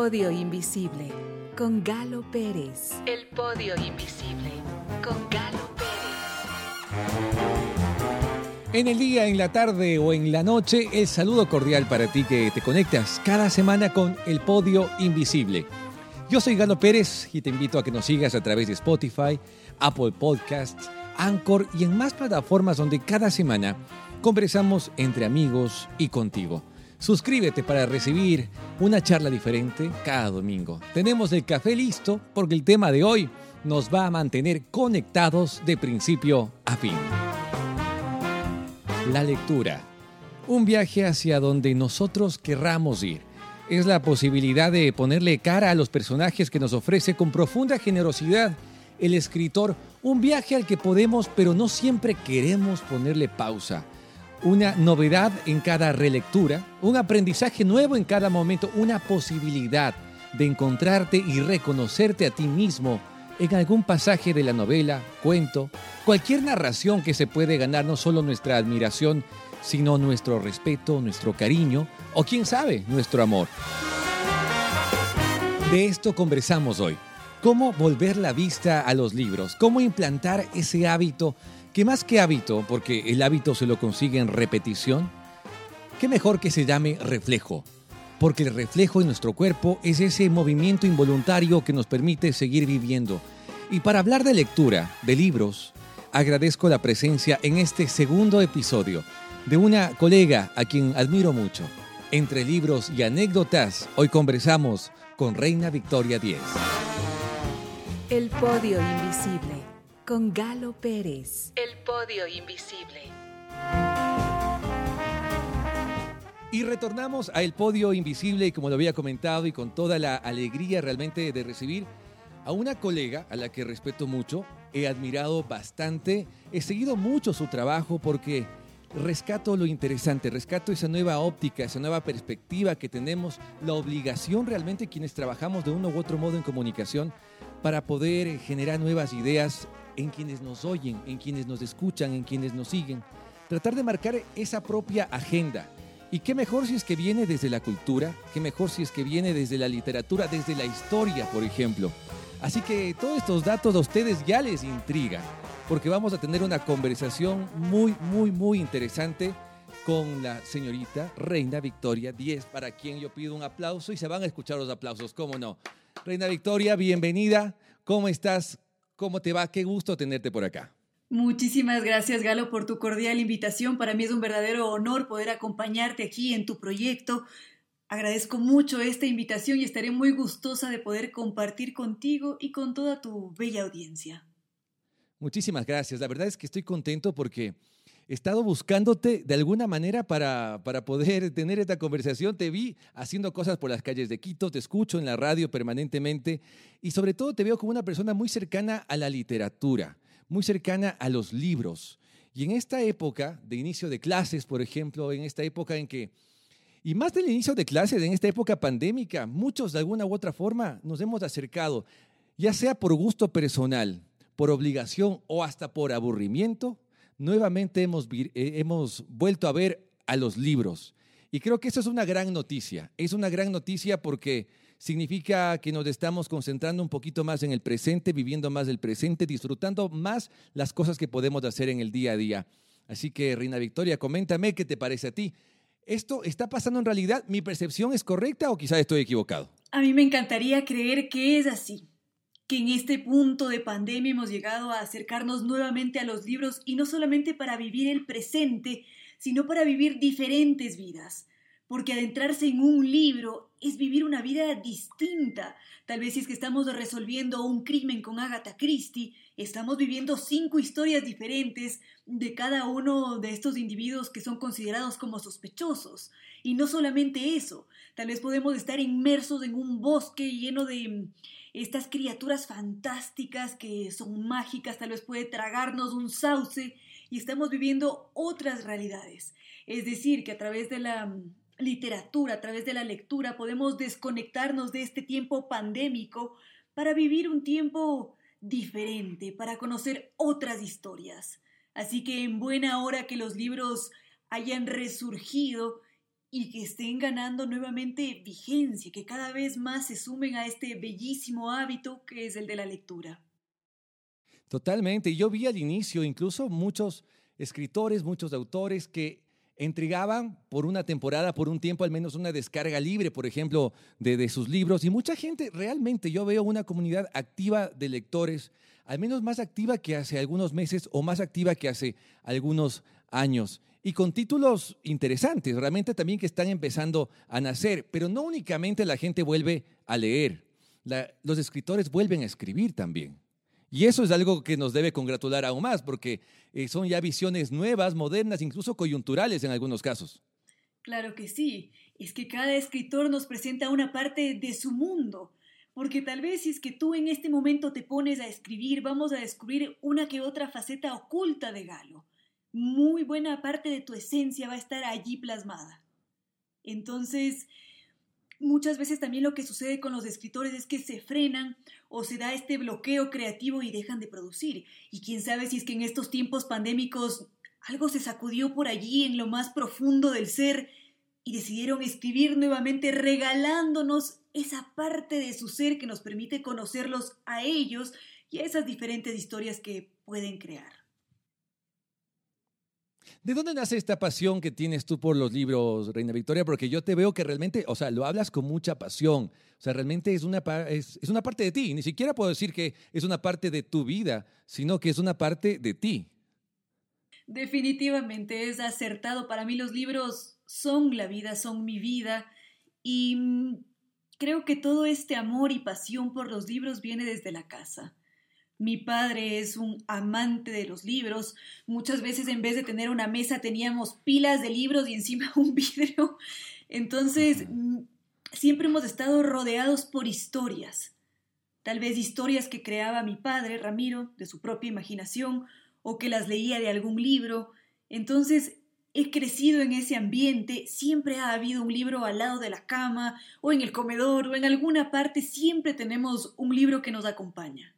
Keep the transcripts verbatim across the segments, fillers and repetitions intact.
Podio Invisible con Galo Pérez. El Podio Invisible con Galo Pérez. En el día, en la tarde o en la noche, el saludo cordial para ti que te conectas cada semana con El Podio Invisible. Yo soy Galo Pérez y te invito a que nos sigas a través de Spotify, Apple Podcasts, Anchor y en más plataformas donde cada semana conversamos entre amigos y contigo. Suscríbete para recibir una charla diferente cada domingo. Tenemos el café listo porque el tema de hoy nos va a mantener conectados de principio a fin. La lectura. Un viaje hacia donde nosotros querramos ir. Es la posibilidad de ponerle cara a los personajes que nos ofrece con profunda generosidad el escritor. Un viaje al que podemos, pero no siempre queremos ponerle pausa. Una novedad en cada relectura, un aprendizaje nuevo en cada momento, una posibilidad de encontrarte y reconocerte a ti mismo en algún pasaje de la novela, cuento, cualquier narración que se puede ganar no solo nuestra admiración, sino nuestro respeto, nuestro cariño o quién sabe, nuestro amor. De esto conversamos hoy. Cómo volver la vista a los libros, cómo implantar ese hábito que más que hábito, porque el hábito se lo consigue en repetición, qué mejor que se llame reflejo, porque el reflejo en nuestro cuerpo es ese movimiento involuntario que nos permite seguir viviendo. Y para hablar de lectura, de libros, agradezco la presencia en este segundo episodio de una colega a quien admiro mucho. Entre libros y anécdotas, hoy conversamos con Reina Victoria Díez. El Podio Invisible con Galo Pérez. El Podio Invisible. Y retornamos a El Podio Invisible, como lo había comentado, y con toda la alegría realmente de recibir a una colega a la que respeto mucho, he admirado bastante, he seguido mucho su trabajo porque rescato lo interesante, rescato esa nueva óptica, esa nueva perspectiva que tenemos, la obligación realmente quienes trabajamos de uno u otro modo en comunicación para poder generar nuevas ideas en quienes nos oyen, en quienes nos escuchan, en quienes nos siguen. Tratar de marcar esa propia agenda. Y qué mejor si es que viene desde la cultura, qué mejor si es que viene desde la literatura, desde la historia, por ejemplo. Así que todos estos datos a ustedes ya les intrigan, porque vamos a tener una conversación muy, muy, muy interesante con la señorita Reina Victoria Díez, para quien yo pido un aplauso y se van a escuchar los aplausos, ¿cómo no? Reina Victoria, bienvenida. ¿Cómo estás? ¿Cómo te va? Qué gusto tenerte por acá. Muchísimas gracias, Galo, por tu cordial invitación. Para mí es un verdadero honor poder acompañarte aquí en tu proyecto. Agradezco mucho esta invitación y estaré muy gustosa de poder compartir contigo y con toda tu bella audiencia. Muchísimas gracias. La verdad es que estoy contento porque he estado buscándote de alguna manera para, para poder tener esta conversación. Te vi haciendo cosas por las calles de Quito, te escucho en la radio permanentemente y sobre todo te veo como una persona muy cercana a la literatura, muy cercana a los libros. Y en esta época de inicio de clases, por ejemplo, en esta época en que, y más del inicio de clases, en esta época pandémica, muchos de alguna u otra forma nos hemos acercado, ya sea por gusto personal, por obligación o hasta por aburrimiento, nuevamente hemos, eh, hemos vuelto a ver a los libros. Y creo que eso es una gran noticia. Es una gran noticia porque significa que nos estamos concentrando un poquito más en el presente, viviendo más del presente, disfrutando más las cosas que podemos hacer en el día a día. Así que, Reina Victoria, coméntame qué te parece a ti. ¿Esto está pasando en realidad? ¿Mi percepción es correcta o quizás estoy equivocado? A mí me encantaría creer que es así. Que en este punto de pandemia hemos llegado a acercarnos nuevamente a los libros y no solamente para vivir el presente, sino para vivir diferentes vidas. Porque adentrarse en un libro es vivir una vida distinta. Tal vez si es que estamos resolviendo un crimen con Agatha Christie, estamos viviendo cinco historias diferentes de cada uno de estos individuos que son considerados como sospechosos. Y no solamente eso, tal vez podemos estar inmersos en un bosque lleno de estas criaturas fantásticas que son mágicas, tal vez puede tragarnos un sauce y estamos viviendo otras realidades. Es decir, que a través de la literatura, a través de la lectura, podemos desconectarnos de este tiempo pandémico para vivir un tiempo diferente, para conocer otras historias. Así que en buena hora que los libros hayan resurgido y que estén ganando nuevamente vigencia, que cada vez más se sumen a este bellísimo hábito que es el de la lectura. Totalmente. Yo vi al inicio incluso muchos escritores, muchos autores que entregaban por una temporada, por un tiempo, al menos una descarga libre, por ejemplo, de, de sus libros. Y mucha gente, realmente yo veo una comunidad activa de lectores, al menos más activa que hace algunos meses o más activa que hace algunos años. Y con títulos interesantes, realmente también que están empezando a nacer. Pero no únicamente la gente vuelve a leer, la, los escritores vuelven a escribir también. Y eso es algo que nos debe congratular aún más, porque eh, son ya visiones nuevas, modernas, incluso coyunturales en algunos casos. Claro que sí, es que cada escritor nos presenta una parte de su mundo, porque tal vez si es que tú en este momento te pones a escribir, vamos a descubrir una que otra faceta oculta de Galo. Muy buena parte de tu esencia va a estar allí plasmada. Entonces, muchas veces también lo que sucede con los escritores es que se frenan o se da este bloqueo creativo y dejan de producir. Y quién sabe si es que en estos tiempos pandémicos algo se sacudió por allí en lo más profundo del ser y decidieron escribir nuevamente regalándonos esa parte de su ser que nos permite conocerlos a ellos y a esas diferentes historias que pueden crear. ¿De dónde nace esta pasión que tienes tú por los libros, Reina Victoria? Porque yo te veo que realmente, o sea, lo hablas con mucha pasión. O sea, realmente es una, es, es una parte de ti. Ni siquiera puedo decir que es una parte de tu vida, sino que es una parte de ti. Definitivamente es acertado. Para mí los libros son la vida, son mi vida. Y creo que todo este amor y pasión por los libros viene desde la casa. Mi padre es un amante de los libros. Muchas veces en vez de tener una mesa teníamos pilas de libros y encima un vidrio. Entonces, siempre hemos estado rodeados por historias. Tal vez historias que creaba mi padre, Ramiro, de su propia imaginación, o que las leía de algún libro. Entonces, he crecido en ese ambiente. Siempre ha habido un libro al lado de la cama, o en el comedor, o en alguna parte. Siempre tenemos un libro que nos acompaña.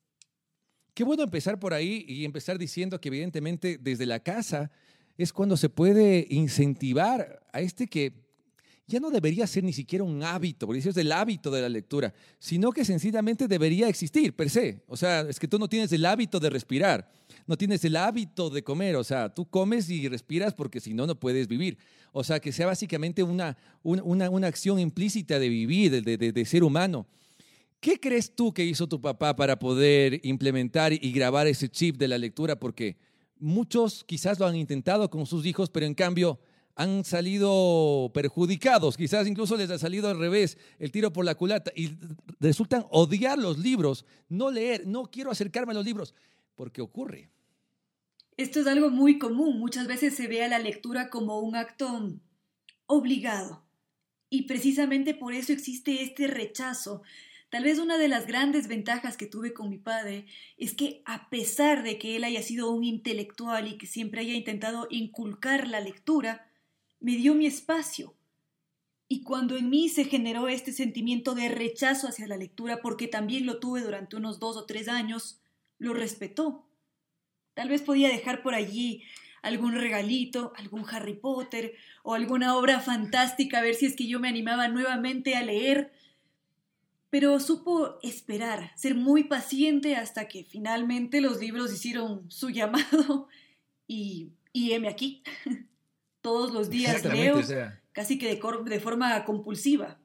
Qué bueno empezar por ahí y empezar diciendo que evidentemente desde la casa es cuando se puede incentivar a este que ya no debería ser ni siquiera un hábito, porque eso es el hábito de la lectura, sino que sencillamente debería existir per se. O sea, es que tú no tienes el hábito de respirar, no tienes el hábito de comer, o sea, tú comes y respiras porque si no, no puedes vivir. O sea, que sea básicamente una, una, una acción implícita de vivir, de, de, de ser humano. ¿Qué crees tú que hizo tu papá para poder implementar y grabar ese chip de la lectura? Porque muchos quizás lo han intentado con sus hijos, pero en cambio han salido perjudicados, quizás incluso les ha salido al revés, el tiro por la culata, y resultan odiar los libros, no leer, no quiero acercarme a los libros, porque ocurre. Esto es algo muy común, muchas veces se ve a la lectura como un acto obligado, y precisamente por eso existe este rechazo. Tal vez una de las grandes ventajas que tuve con mi padre es que a pesar de que él haya sido un intelectual y que siempre haya intentado inculcar la lectura, me dio mi espacio. Y cuando en mí se generó este sentimiento de rechazo hacia la lectura, porque también lo tuve durante unos dos o tres años, lo respetó. Tal vez podía dejar por allí algún regalito, algún Harry Potter o alguna obra fantástica, a ver si es que yo me animaba nuevamente a leer. Pero supo esperar, ser muy paciente hasta que finalmente los libros hicieron su llamado y, y heme aquí. Todos los días leo, o sea, casi que de, de forma compulsiva.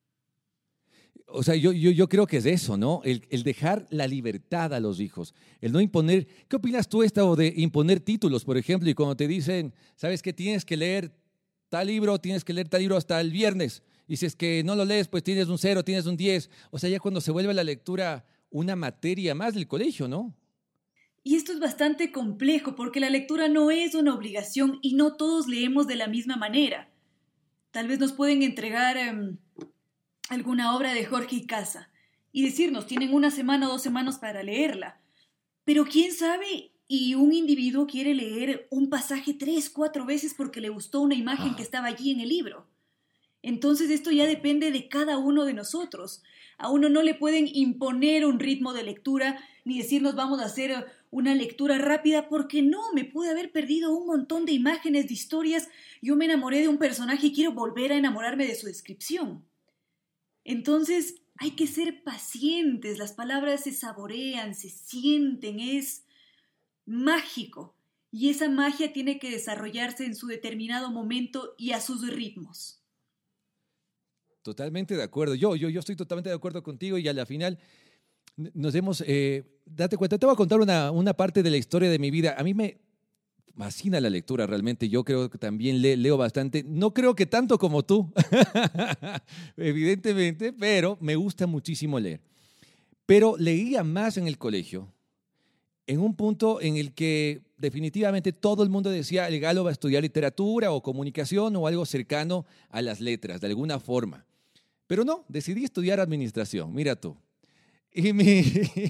O sea, yo, yo, yo creo que es eso, ¿no? El, el dejar la libertad a los hijos, el no imponer. ¿Qué opinas tú esto de imponer títulos, por ejemplo? Y cuando te dicen, ¿sabes qué? Tienes que leer tal libro, tienes que leer tal libro hasta el viernes. Y si es que no lo lees, pues tienes un cero, tienes un diez. O sea, ya cuando se vuelve la lectura una materia más del colegio, ¿no? Y esto es bastante complejo porque la lectura no es una obligación y no todos leemos de la misma manera. Tal vez nos pueden entregar eh, alguna obra de Jorge y Casa y decirnos, tienen una semana o dos semanas para leerla. Pero quién sabe, y un individuo quiere leer un pasaje tres, cuatro veces porque le gustó una imagen que estaba allí en el libro. Entonces esto ya depende de cada uno de nosotros. A uno no le pueden imponer un ritmo de lectura ni decirnos vamos a hacer una lectura rápida porque no, me pude haber perdido un montón de imágenes, de historias. Yo me enamoré de un personaje y quiero volver a enamorarme de su descripción. Entonces hay que ser pacientes, las palabras se saborean, se sienten, es mágico. Y esa magia tiene que desarrollarse en su determinado momento y a sus ritmos. Totalmente de acuerdo. Yo, yo, yo estoy totalmente de acuerdo contigo y a la final nos hemos... Eh, date cuenta, te voy a contar una, una parte de la historia de mi vida. A mí me fascina la lectura realmente. Yo creo que también le, leo bastante. No creo que tanto como tú, evidentemente, pero me gusta muchísimo leer. Pero leía más en el colegio, en un punto en el que definitivamente todo el mundo decía el Galo va a estudiar literatura o comunicación o algo cercano a las letras, de alguna forma. Pero no, decidí estudiar administración, mira tú. Y mi...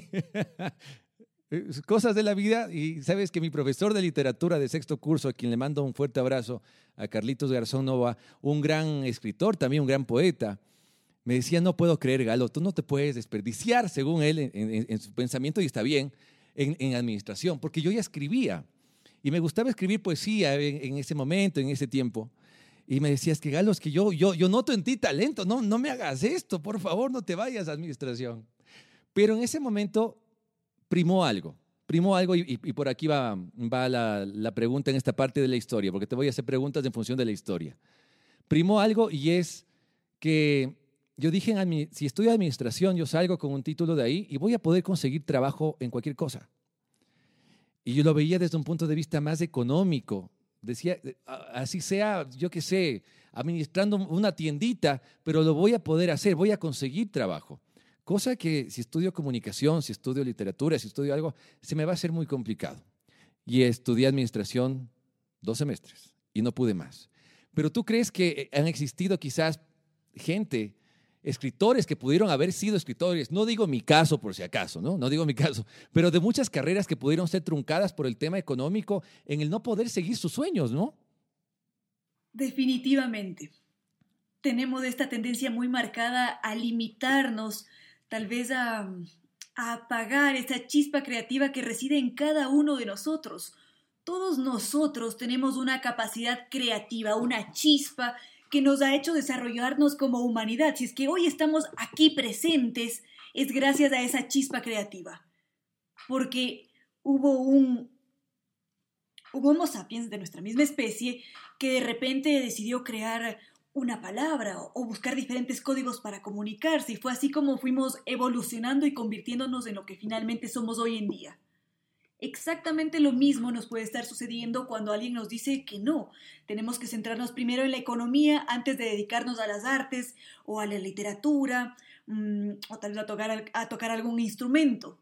cosas de la vida, y sabes que mi profesor de literatura de sexto curso, a quien le mando un fuerte abrazo, a Carlitos Garzón Nova, un gran escritor, también un gran poeta, me decía, no puedo creer, Galo, tú no te puedes desperdiciar, según él, en, en, en su pensamiento, y está bien, en, en administración, porque yo ya escribía, y me gustaba escribir poesía en, en ese momento, en ese tiempo, y me decías que, Galo, es que yo, yo, yo noto en ti talento, no, no me hagas esto, por favor, no te vayas a administración. Pero en ese momento primó algo, primó algo y, y, y por aquí va, va la, la pregunta en esta parte de la historia, porque te voy a hacer preguntas en función de la historia. Primó algo y es que yo dije, en, si estudio administración, yo salgo con un título de ahí y voy a poder conseguir trabajo en cualquier cosa. Y yo lo veía desde un punto de vista más económico. Decía, así sea, yo qué sé, administrando una tiendita, pero lo voy a poder hacer, voy a conseguir trabajo. Cosa que si estudio comunicación, si estudio literatura, si estudio algo, se me va a hacer muy complicado. Y estudié administración dos semestres y no pude más. Pero ¿tú crees que han existido quizás gente, escritores que pudieron haber sido escritores? No digo mi caso por si acaso, ¿no? No digo mi caso, pero de muchas carreras que pudieron ser truncadas por el tema económico en el no poder seguir sus sueños, ¿no? Definitivamente. Tenemos esta tendencia muy marcada a limitarnos, tal vez a, a apagar esa chispa creativa que reside en cada uno de nosotros. Todos nosotros tenemos una capacidad creativa, una chispa que nos ha hecho desarrollarnos como humanidad. Si es que hoy estamos aquí presentes, es gracias a esa chispa creativa. Porque hubo un, un Homo sapiens de nuestra misma especie que de repente decidió crear una palabra o buscar diferentes códigos para comunicarse, y fue así como fuimos evolucionando y convirtiéndonos en lo que finalmente somos hoy en día. Exactamente lo mismo nos puede estar sucediendo cuando alguien nos dice que no, tenemos que centrarnos primero en la economía antes de dedicarnos a las artes o a la literatura, mmm, o tal vez a tocar, a tocar algún instrumento.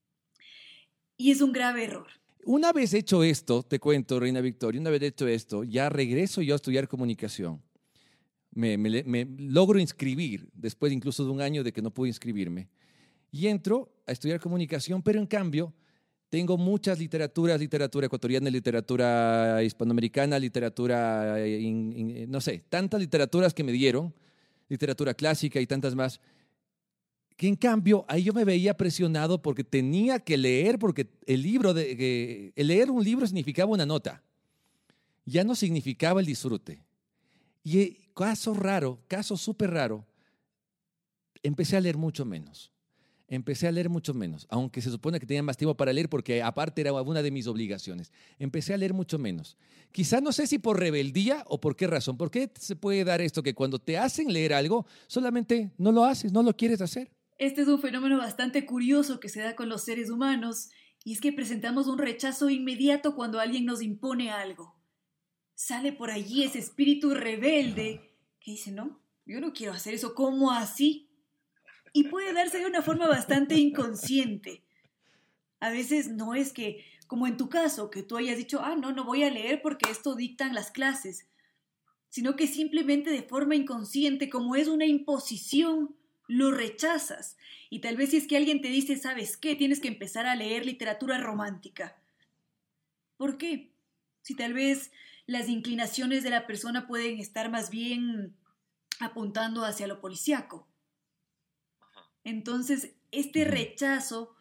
Y es un grave error. Una vez hecho esto, te cuento, Reina Victoria, una vez hecho esto, ya regreso yo a estudiar comunicación. Me, me, me logro inscribir, después incluso de un año de que no pude inscribirme, y entro a estudiar comunicación, pero en cambio tengo muchas literaturas, literatura ecuatoriana, literatura hispanoamericana, literatura, in, in, no sé, tantas literaturas que me dieron, literatura clásica y tantas más, que en cambio ahí yo me veía presionado porque tenía que leer, porque el libro, de, que, el leer un libro significaba una nota, ya no significaba el disfrute. Y caso raro, caso súper raro, empecé a leer mucho menos. Empecé a leer mucho menos, aunque se supone que tenía más tiempo para leer porque aparte era una de mis obligaciones. Empecé a leer mucho menos. Quizá no sé si por rebeldía o por qué razón. ¿Por qué se puede dar esto que cuando te hacen leer algo, solamente no lo haces, no lo quieres hacer? Este es un fenómeno bastante curioso que se da con los seres humanos, y es que presentamos un rechazo inmediato cuando alguien nos impone algo. Sale por allí ese espíritu rebelde que dice, no, yo no quiero hacer eso, ¿cómo así? Y puede darse de una forma bastante inconsciente. A veces no es que, como en tu caso, que tú hayas dicho, ah, no, no voy a leer porque esto dictan las clases, sino que simplemente de forma inconsciente, como es una imposición, lo rechazas. Y tal vez si es que alguien te dice, ¿sabes qué? Tienes que empezar a leer literatura romántica. ¿Por qué? Si tal vez las inclinaciones de la persona pueden estar más bien apuntando hacia lo policíaco. Entonces, este rechazo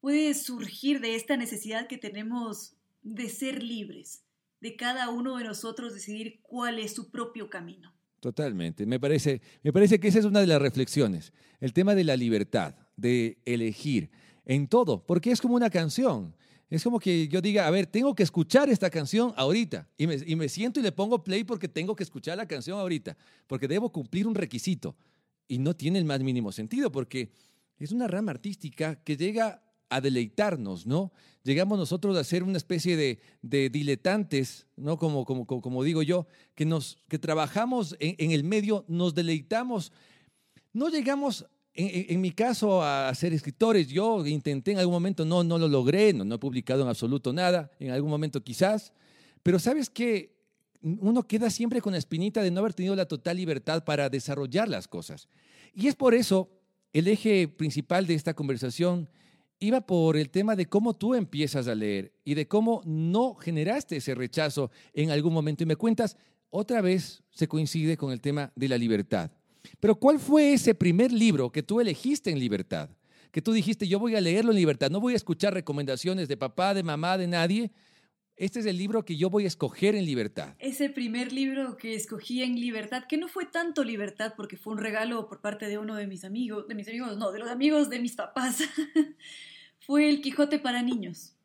puede surgir de esta necesidad que tenemos de ser libres, de cada uno de nosotros decidir cuál es su propio camino. Totalmente. Me parece, me parece que esa es una de las reflexiones. El tema de la libertad, de elegir en todo, porque es como una canción. Es como que yo diga, a ver, tengo que escuchar esta canción ahorita. Y me, y me siento y le pongo play porque tengo que escuchar la canción ahorita, porque debo cumplir un requisito. Y no tiene el más mínimo sentido, porque es una rama artística que llega a deleitarnos, ¿no? Llegamos nosotros a ser una especie de, de diletantes, ¿no? Como, como, como, como digo yo, que, nos, que trabajamos en, en el medio, nos deleitamos. No llegamos, en, en, en mi caso, a ser escritores. Yo intenté en algún momento, no, no lo logré, no, no he publicado en absoluto nada, en algún momento quizás, pero ¿sabes qué? Uno queda siempre con la espinita de no haber tenido la total libertad para desarrollar las cosas. Y es por eso el eje principal de esta conversación iba por el tema de cómo tú empiezas a leer y de cómo no generaste ese rechazo en algún momento. Y me cuentas, otra vez se coincide con el tema de la libertad. Pero ¿cuál fue ese primer libro que tú elegiste en libertad? Que tú dijiste, yo voy a leerlo en libertad, no voy a escuchar recomendaciones de papá, de mamá, de nadie. Este es el libro que yo voy a escoger en libertad. Ese primer libro que escogí en libertad, que no fue tanto libertad porque fue un regalo por parte de uno de mis amigos, de mis amigos, no, de los amigos de mis papás, fue El Quijote para niños.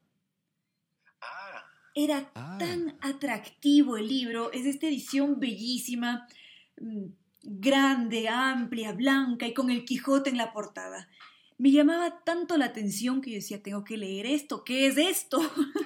Ah. Era Ah. tan atractivo el libro, es esta edición bellísima, grande, amplia, blanca y con el Quijote en la portada. Me llamaba tanto la atención que yo decía, tengo que leer esto, ¿qué es esto?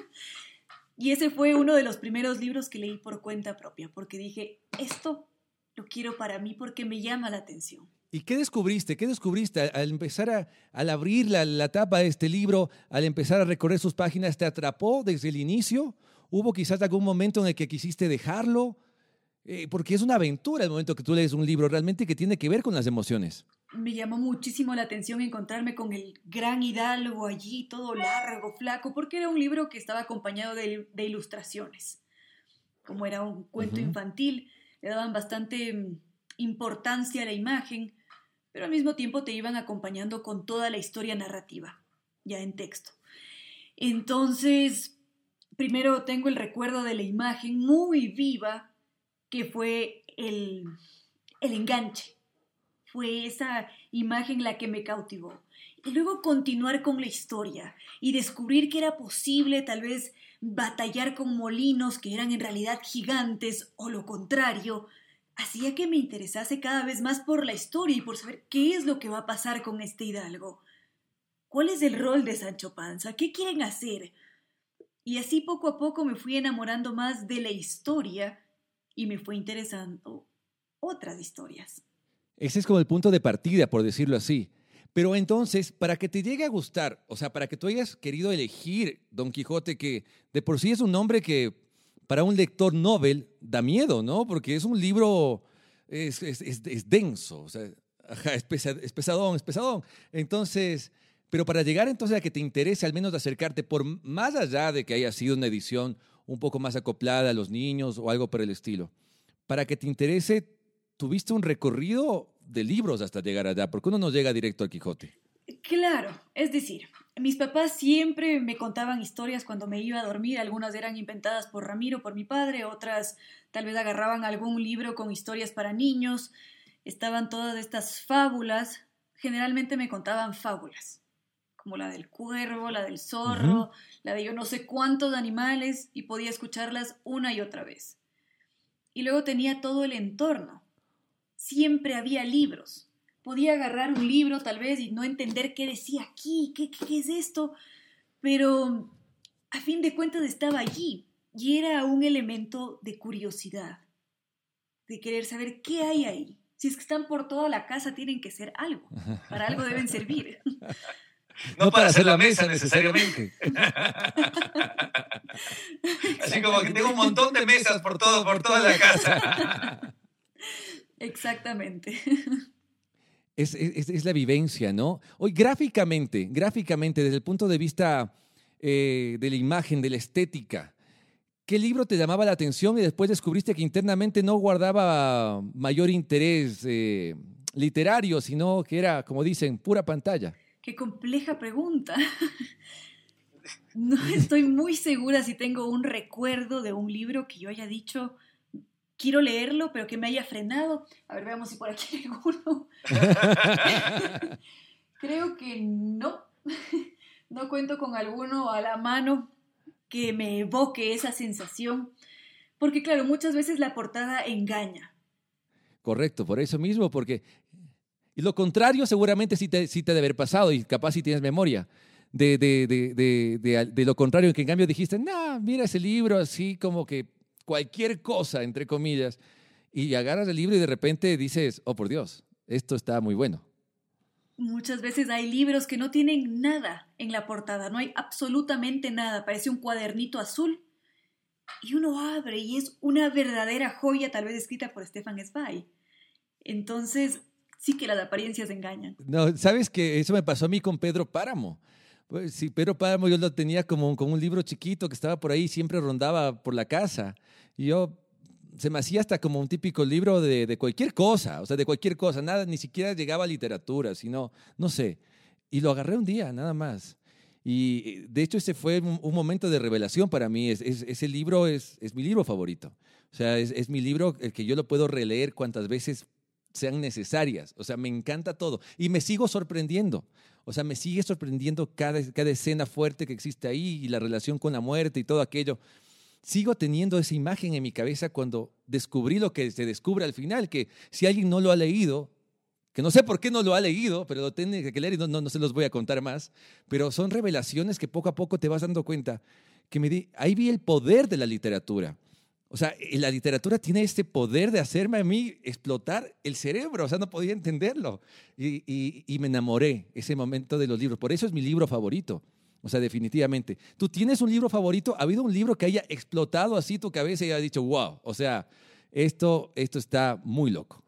Y ese fue uno de los primeros libros que leí por cuenta propia, porque dije, esto lo quiero para mí porque me llama la atención. ¿Y qué descubriste? ¿Qué descubriste al, al empezar a al abrir la, la tapa de este libro, al empezar a recorrer sus páginas? ¿Te atrapó desde el inicio? ¿Hubo quizás algún momento en el que quisiste dejarlo? Eh, porque es una aventura el momento que tú lees un libro realmente que tiene que ver con las emociones. Me llamó muchísimo la atención encontrarme con el gran Hidalgo allí, todo largo, flaco, porque era un libro que estaba acompañado de, de ilustraciones. Como era un cuento Uh-huh. infantil, le daban bastante importancia a la imagen, pero al mismo tiempo te iban acompañando con toda la historia narrativa, ya en texto. Entonces, primero tengo el recuerdo de la imagen muy viva, que fue el, el enganche. Fue esa imagen la que me cautivó. Y luego continuar con la historia y descubrir que era posible tal vez batallar con molinos que eran en realidad gigantes o lo contrario, hacía que me interesase cada vez más por la historia y por saber qué es lo que va a pasar con este Hidalgo. ¿Cuál es el rol de Sancho Panza? ¿Qué quieren hacer? Y así poco a poco me fui enamorando más de la historia y me fue interesando otras historias. Ese es como el punto de partida, por decirlo así. Pero entonces, para que te llegue a gustar, o sea, para que tú hayas querido elegir Don Quijote, que de por sí es un nombre que para un lector novel da miedo, ¿no? Porque es un libro, es, es, es, es denso, o sea, ajá, es, pesa, es pesadón, es pesadón. Entonces, pero para llegar entonces a que te interese al menos acercarte, por más allá de que haya sido una edición un poco más acoplada a los niños o algo por el estilo, para que te interese, tuviste un recorrido de libros hasta llegar allá, porque uno no llega directo al Quijote. Claro, es decir, mis papás siempre me contaban historias cuando me iba a dormir, algunas eran inventadas por Ramiro, por mi padre, otras tal vez agarraban algún libro con historias para niños, estaban todas estas fábulas, generalmente me contaban fábulas, como la del cuervo, la del zorro, uh-huh. la de yo no sé cuántos animales, y podía escucharlas una y otra vez. Y luego tenía todo el entorno. Siempre había libros. Podía agarrar un libro tal vez y no entender qué decía aquí, qué, qué, qué es esto, pero a fin de cuentas estaba allí y era un elemento de curiosidad, de querer saber qué hay ahí. Si es que están por toda la casa, tienen que ser algo. Para algo deben servir. No, no para hacer la mesa necesariamente. Así como que tengo un montón de mesas por, todo, por toda la casa. Exactamente. Es, es, es la vivencia, ¿no? Hoy, gráficamente, gráficamente, desde el punto de vista eh, de la imagen, de la estética, ¿qué libro te llamaba la atención y después descubriste que internamente no guardaba mayor interés eh, literario, sino que era, como dicen, pura pantalla? Qué compleja pregunta. No estoy muy segura si tengo un recuerdo de un libro que yo haya dicho, quiero leerlo, pero que me haya frenado. A ver, veamos si por aquí hay alguno. Creo que no. No cuento con alguno a la mano que me evoque esa sensación. Porque, claro, muchas veces la portada engaña. Correcto, por eso mismo, porque... Y lo contrario seguramente sí te, sí te debe haber pasado y capaz si tienes memoria. De, de, de, de, de, de lo contrario, que en cambio dijiste, no, mira ese libro así como que cualquier cosa, entre comillas, y agarras el libro y de repente dices, oh por Dios, esto está muy bueno. Muchas veces hay libros que no tienen nada en la portada, no hay absolutamente nada, parece un cuadernito azul y uno abre y es una verdadera joya, tal vez escrita por Stefan Zweig. Entonces, sí que las apariencias engañan. No, ¿sabes que eso me pasó a mí con Pedro Páramo? Pues sí, Pedro Páramo yo lo tenía como, como un libro chiquito que estaba por ahí, siempre rondaba por la casa. Y yo, se me hacía hasta como un típico libro de, de cualquier cosa, o sea, de cualquier cosa, nada, ni siquiera llegaba a literatura, sino, no sé. Y lo agarré un día, nada más. Y de hecho ese fue un, un momento de revelación para mí. Es, es, ese libro es, es mi libro favorito. O sea, es, es mi libro el que yo lo puedo releer cuantas veces sean necesarias. O sea, me encanta todo. Y me sigo sorprendiendo. O sea, me sigue sorprendiendo cada, cada escena fuerte que existe ahí y la relación con la muerte y todo aquello. Sigo teniendo esa imagen en mi cabeza cuando descubrí lo que se descubre al final, que si alguien no lo ha leído, que no sé por qué no lo ha leído, pero lo tiene que leer y no, no, no se los voy a contar más, pero son revelaciones que poco a poco te vas dando cuenta que me di, ahí vi el poder de la literatura. O sea, la literatura tiene este poder de hacerme a mí explotar el cerebro. O sea, no podía entenderlo. Y, y, y me enamoré ese momento de los libros. Por eso es mi libro favorito. O sea, definitivamente. ¿Tú tienes un libro favorito? ¿Ha habido un libro que haya explotado así tu cabeza y haya dicho, wow, o sea, esto, esto está muy loco?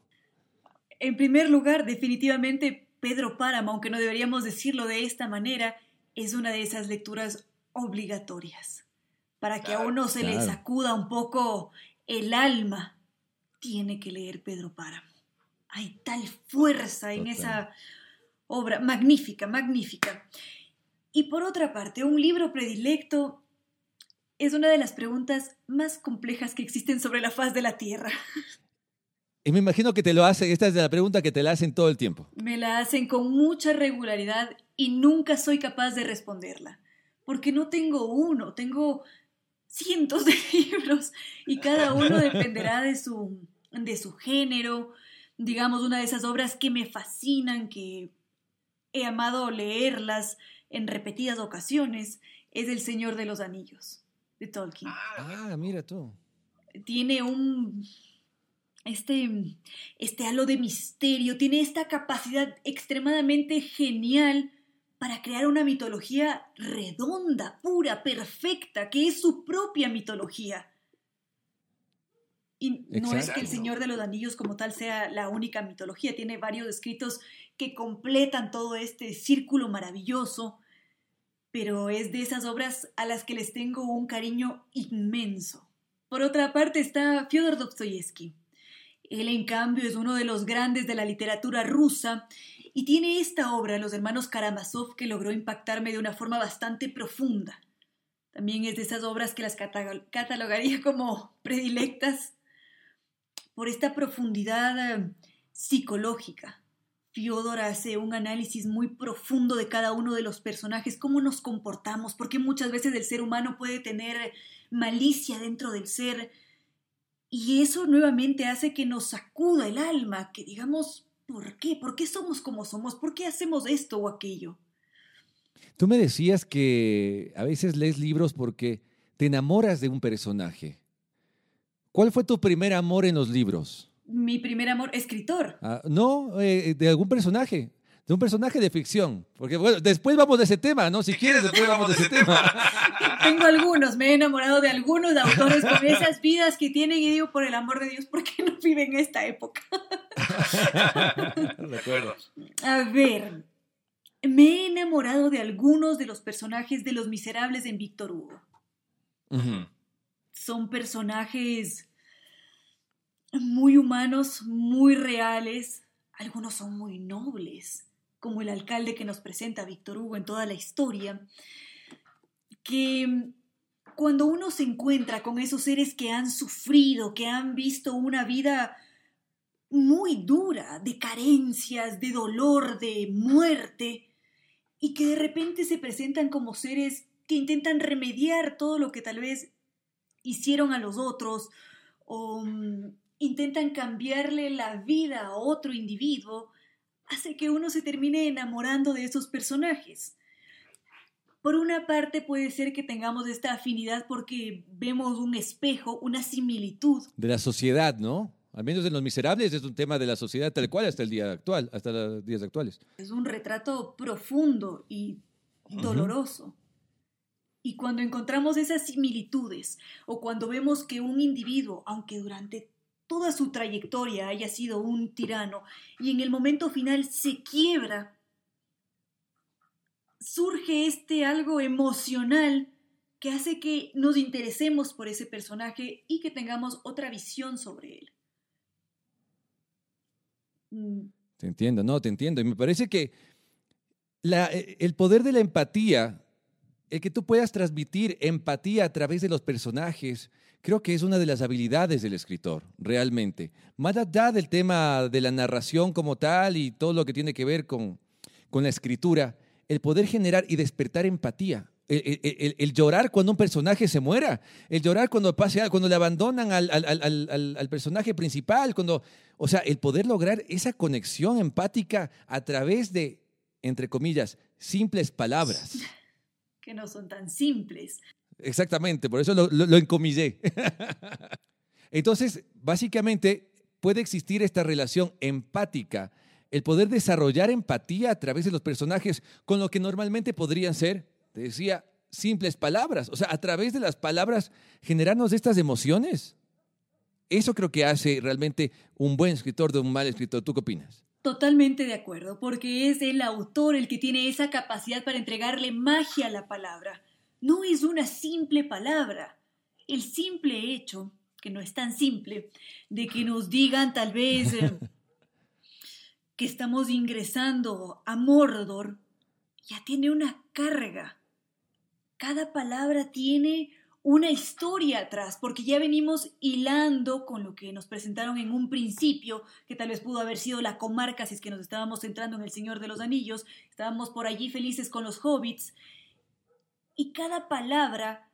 En primer lugar, definitivamente Pedro Páramo, aunque no deberíamos decirlo de esta manera, es una de esas lecturas obligatorias. Para que a uno se claro. le sacuda un poco el alma, tiene que leer Pedro Páramo. Hay tal fuerza en Total. esa obra, magnífica, magnífica. Y por otra parte, un libro predilecto es una de las preguntas más complejas que existen sobre la faz de la Tierra. Y me imagino que te lo hacen, esta es la pregunta que te la hacen todo el tiempo. Me la hacen con mucha regularidad y nunca soy capaz de responderla. Porque no tengo uno, tengo cientos de libros y cada uno dependerá de su, de su género. Digamos, una de esas obras que me fascinan, que he amado leerlas en repetidas ocasiones, es El Señor de los Anillos, de Tolkien. Ah, mira tú. Tiene un... Este, este halo de misterio, tiene esta capacidad extremadamente genial para crear una mitología redonda, pura, perfecta, que es su propia mitología. Y no Exacto. es que El Señor de los Anillos como tal sea la única mitología, tiene varios escritos que completan todo este círculo maravilloso, pero es de esas obras a las que les tengo un cariño inmenso. Por otra parte está Fyodor Dostoyevsky. Él, en cambio, es uno de los grandes de la literatura rusa y tiene esta obra, Los hermanos Karamazov, que logró impactarme de una forma bastante profunda. También es de esas obras que las catalogaría como predilectas por esta profundidad eh, psicológica. Fyodor hace un análisis muy profundo de cada uno de los personajes, cómo nos comportamos, porque muchas veces el ser humano puede tener malicia dentro del ser. Y eso nuevamente hace que nos sacuda el alma, que digamos, ¿por qué? ¿Por qué somos como somos? ¿Por qué hacemos esto o aquello? Tú me decías que a veces lees libros porque te enamoras de un personaje. ¿Cuál fue tu primer amor en los libros? Mi primer amor, escritor. Ah, no, eh, de algún personaje. De un personaje de ficción. Porque, bueno, después vamos de ese tema, ¿no? Si, si quieres, después vamos de ese tema. Tengo algunos, me he enamorado de algunos de autores con esas vidas que tienen y digo, por el amor de Dios, ¿por qué no viven en esta época? Recuerdo. A ver, me he enamorado de algunos de los personajes de Los Miserables en Víctor Hugo. Uh-huh. Son personajes muy humanos, muy reales, algunos son muy nobles, como el alcalde que nos presenta Víctor Hugo en toda la historia, que cuando uno se encuentra con esos seres que han sufrido, que han visto una vida muy dura, de carencias, de dolor, de muerte, y que de repente se presentan como seres que intentan remediar todo lo que tal vez hicieron a los otros, o um, intentan cambiarle la vida a otro individuo, hace que uno se termine enamorando de esos personajes. Por una parte puede ser que tengamos esta afinidad porque vemos un espejo, una similitud. De la sociedad, ¿no? Al menos en Los Miserables es un tema de la sociedad tal cual hasta el día actual, hasta los días actuales. Es un retrato profundo y doloroso. Uh-huh. Y cuando encontramos esas similitudes, o cuando vemos que un individuo, aunque durante toda su trayectoria haya sido un tirano, y en el momento final se quiebra, surge este algo emocional que hace que nos interesemos por ese personaje y que tengamos otra visión sobre él. Te entiendo, no, te entiendo. Y me parece que la, el poder de la empatía, el que tú puedas transmitir empatía a través de los personajes, creo que es una de las habilidades del escritor, realmente. Más allá del tema de la narración como tal y todo lo que tiene que ver con, con la escritura, el poder generar y despertar empatía. El, el, el, el llorar cuando un personaje se muera, el llorar cuando pase, cuando le abandonan al, al, al, al, al personaje principal, cuando, o sea, el poder lograr esa conexión empática a través de, entre comillas, simples palabras. Que no son tan simples. Exactamente, por eso lo, lo, lo encomillé. Entonces, básicamente, puede existir esta relación empática, el poder desarrollar empatía a través de los personajes con lo que normalmente podrían ser, te decía, simples palabras. O sea, a través de las palabras generarnos estas emociones. Eso creo que hace realmente un buen escritor de un mal escritor. ¿Tú qué opinas? Totalmente de acuerdo, porque es el autor el que tiene esa capacidad para entregarle magia a la palabra. No es una simple palabra. El simple hecho, que no es tan simple, de que nos digan tal vez eh, que estamos ingresando a Mordor, ya tiene una carga. Cada palabra tiene una historia atrás, porque ya venimos hilando con lo que nos presentaron en un principio, que tal vez pudo haber sido la comarca, si es que nos estábamos centrando en El Señor de los Anillos, estábamos por allí felices con los hobbits, y cada palabra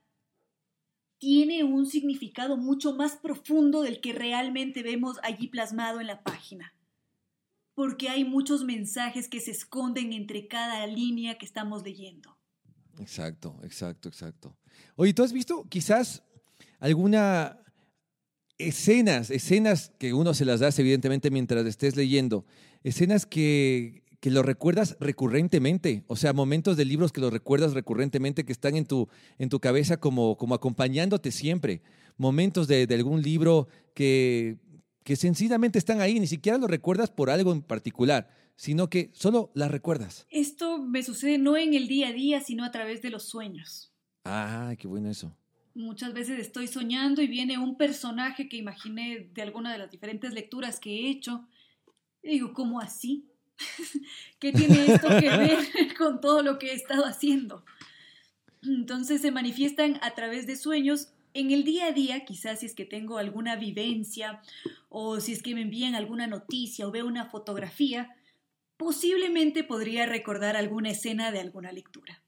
tiene un significado mucho más profundo del que realmente vemos allí plasmado en la página, porque hay muchos mensajes que se esconden entre cada línea que estamos leyendo. Exacto, exacto, exacto. Oye, ¿tú has visto quizás alguna escenas, escenas que uno se las das evidentemente mientras estés leyendo, escenas que, que lo recuerdas recurrentemente, o sea, momentos de libros que los recuerdas recurrentemente, que están en tu, en tu cabeza como, como acompañándote siempre, momentos de, de algún libro que, que sencillamente están ahí, ni siquiera lo recuerdas por algo en particular, sino que solo las recuerdas? Esto me sucede no en el día a día, sino a través de los sueños. Ah, qué bueno eso. Muchas veces estoy soñando y viene un personaje que imaginé de alguna de las diferentes lecturas que he hecho. Y digo, ¿cómo así? ¿Qué tiene esto que ver con todo lo que he estado haciendo? Entonces se manifiestan a través de sueños. En el día a día, quizás si es que tengo alguna vivencia o si es que me envían alguna noticia o veo una fotografía, posiblemente podría recordar alguna escena de alguna lectura.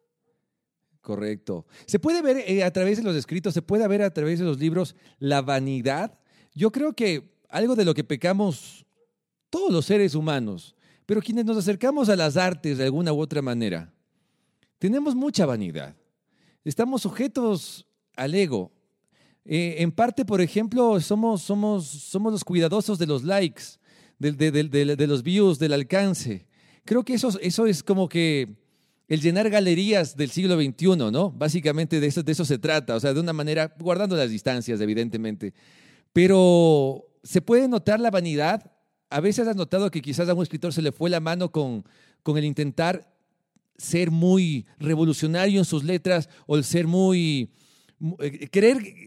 Correcto. Se puede ver eh, a través de los escritos, se puede ver a través de los libros la vanidad. Yo creo que algo de lo que pecamos todos los seres humanos, pero quienes nos acercamos a las artes de alguna u otra manera, tenemos mucha vanidad. Estamos sujetos al ego. Eh, en parte, por ejemplo, somos, somos, somos los cuidadosos de los likes, de, de, de, de, de los views, del alcance. Creo que eso, eso es como que el llenar galerías del siglo veintiuno, ¿no? Básicamente de eso, de eso se trata, o sea, de una manera, guardando las distancias, evidentemente. Pero se puede notar la vanidad. A veces has notado que quizás a un escritor se le fue la mano con, con el intentar ser muy revolucionario en sus letras o el ser muy... querer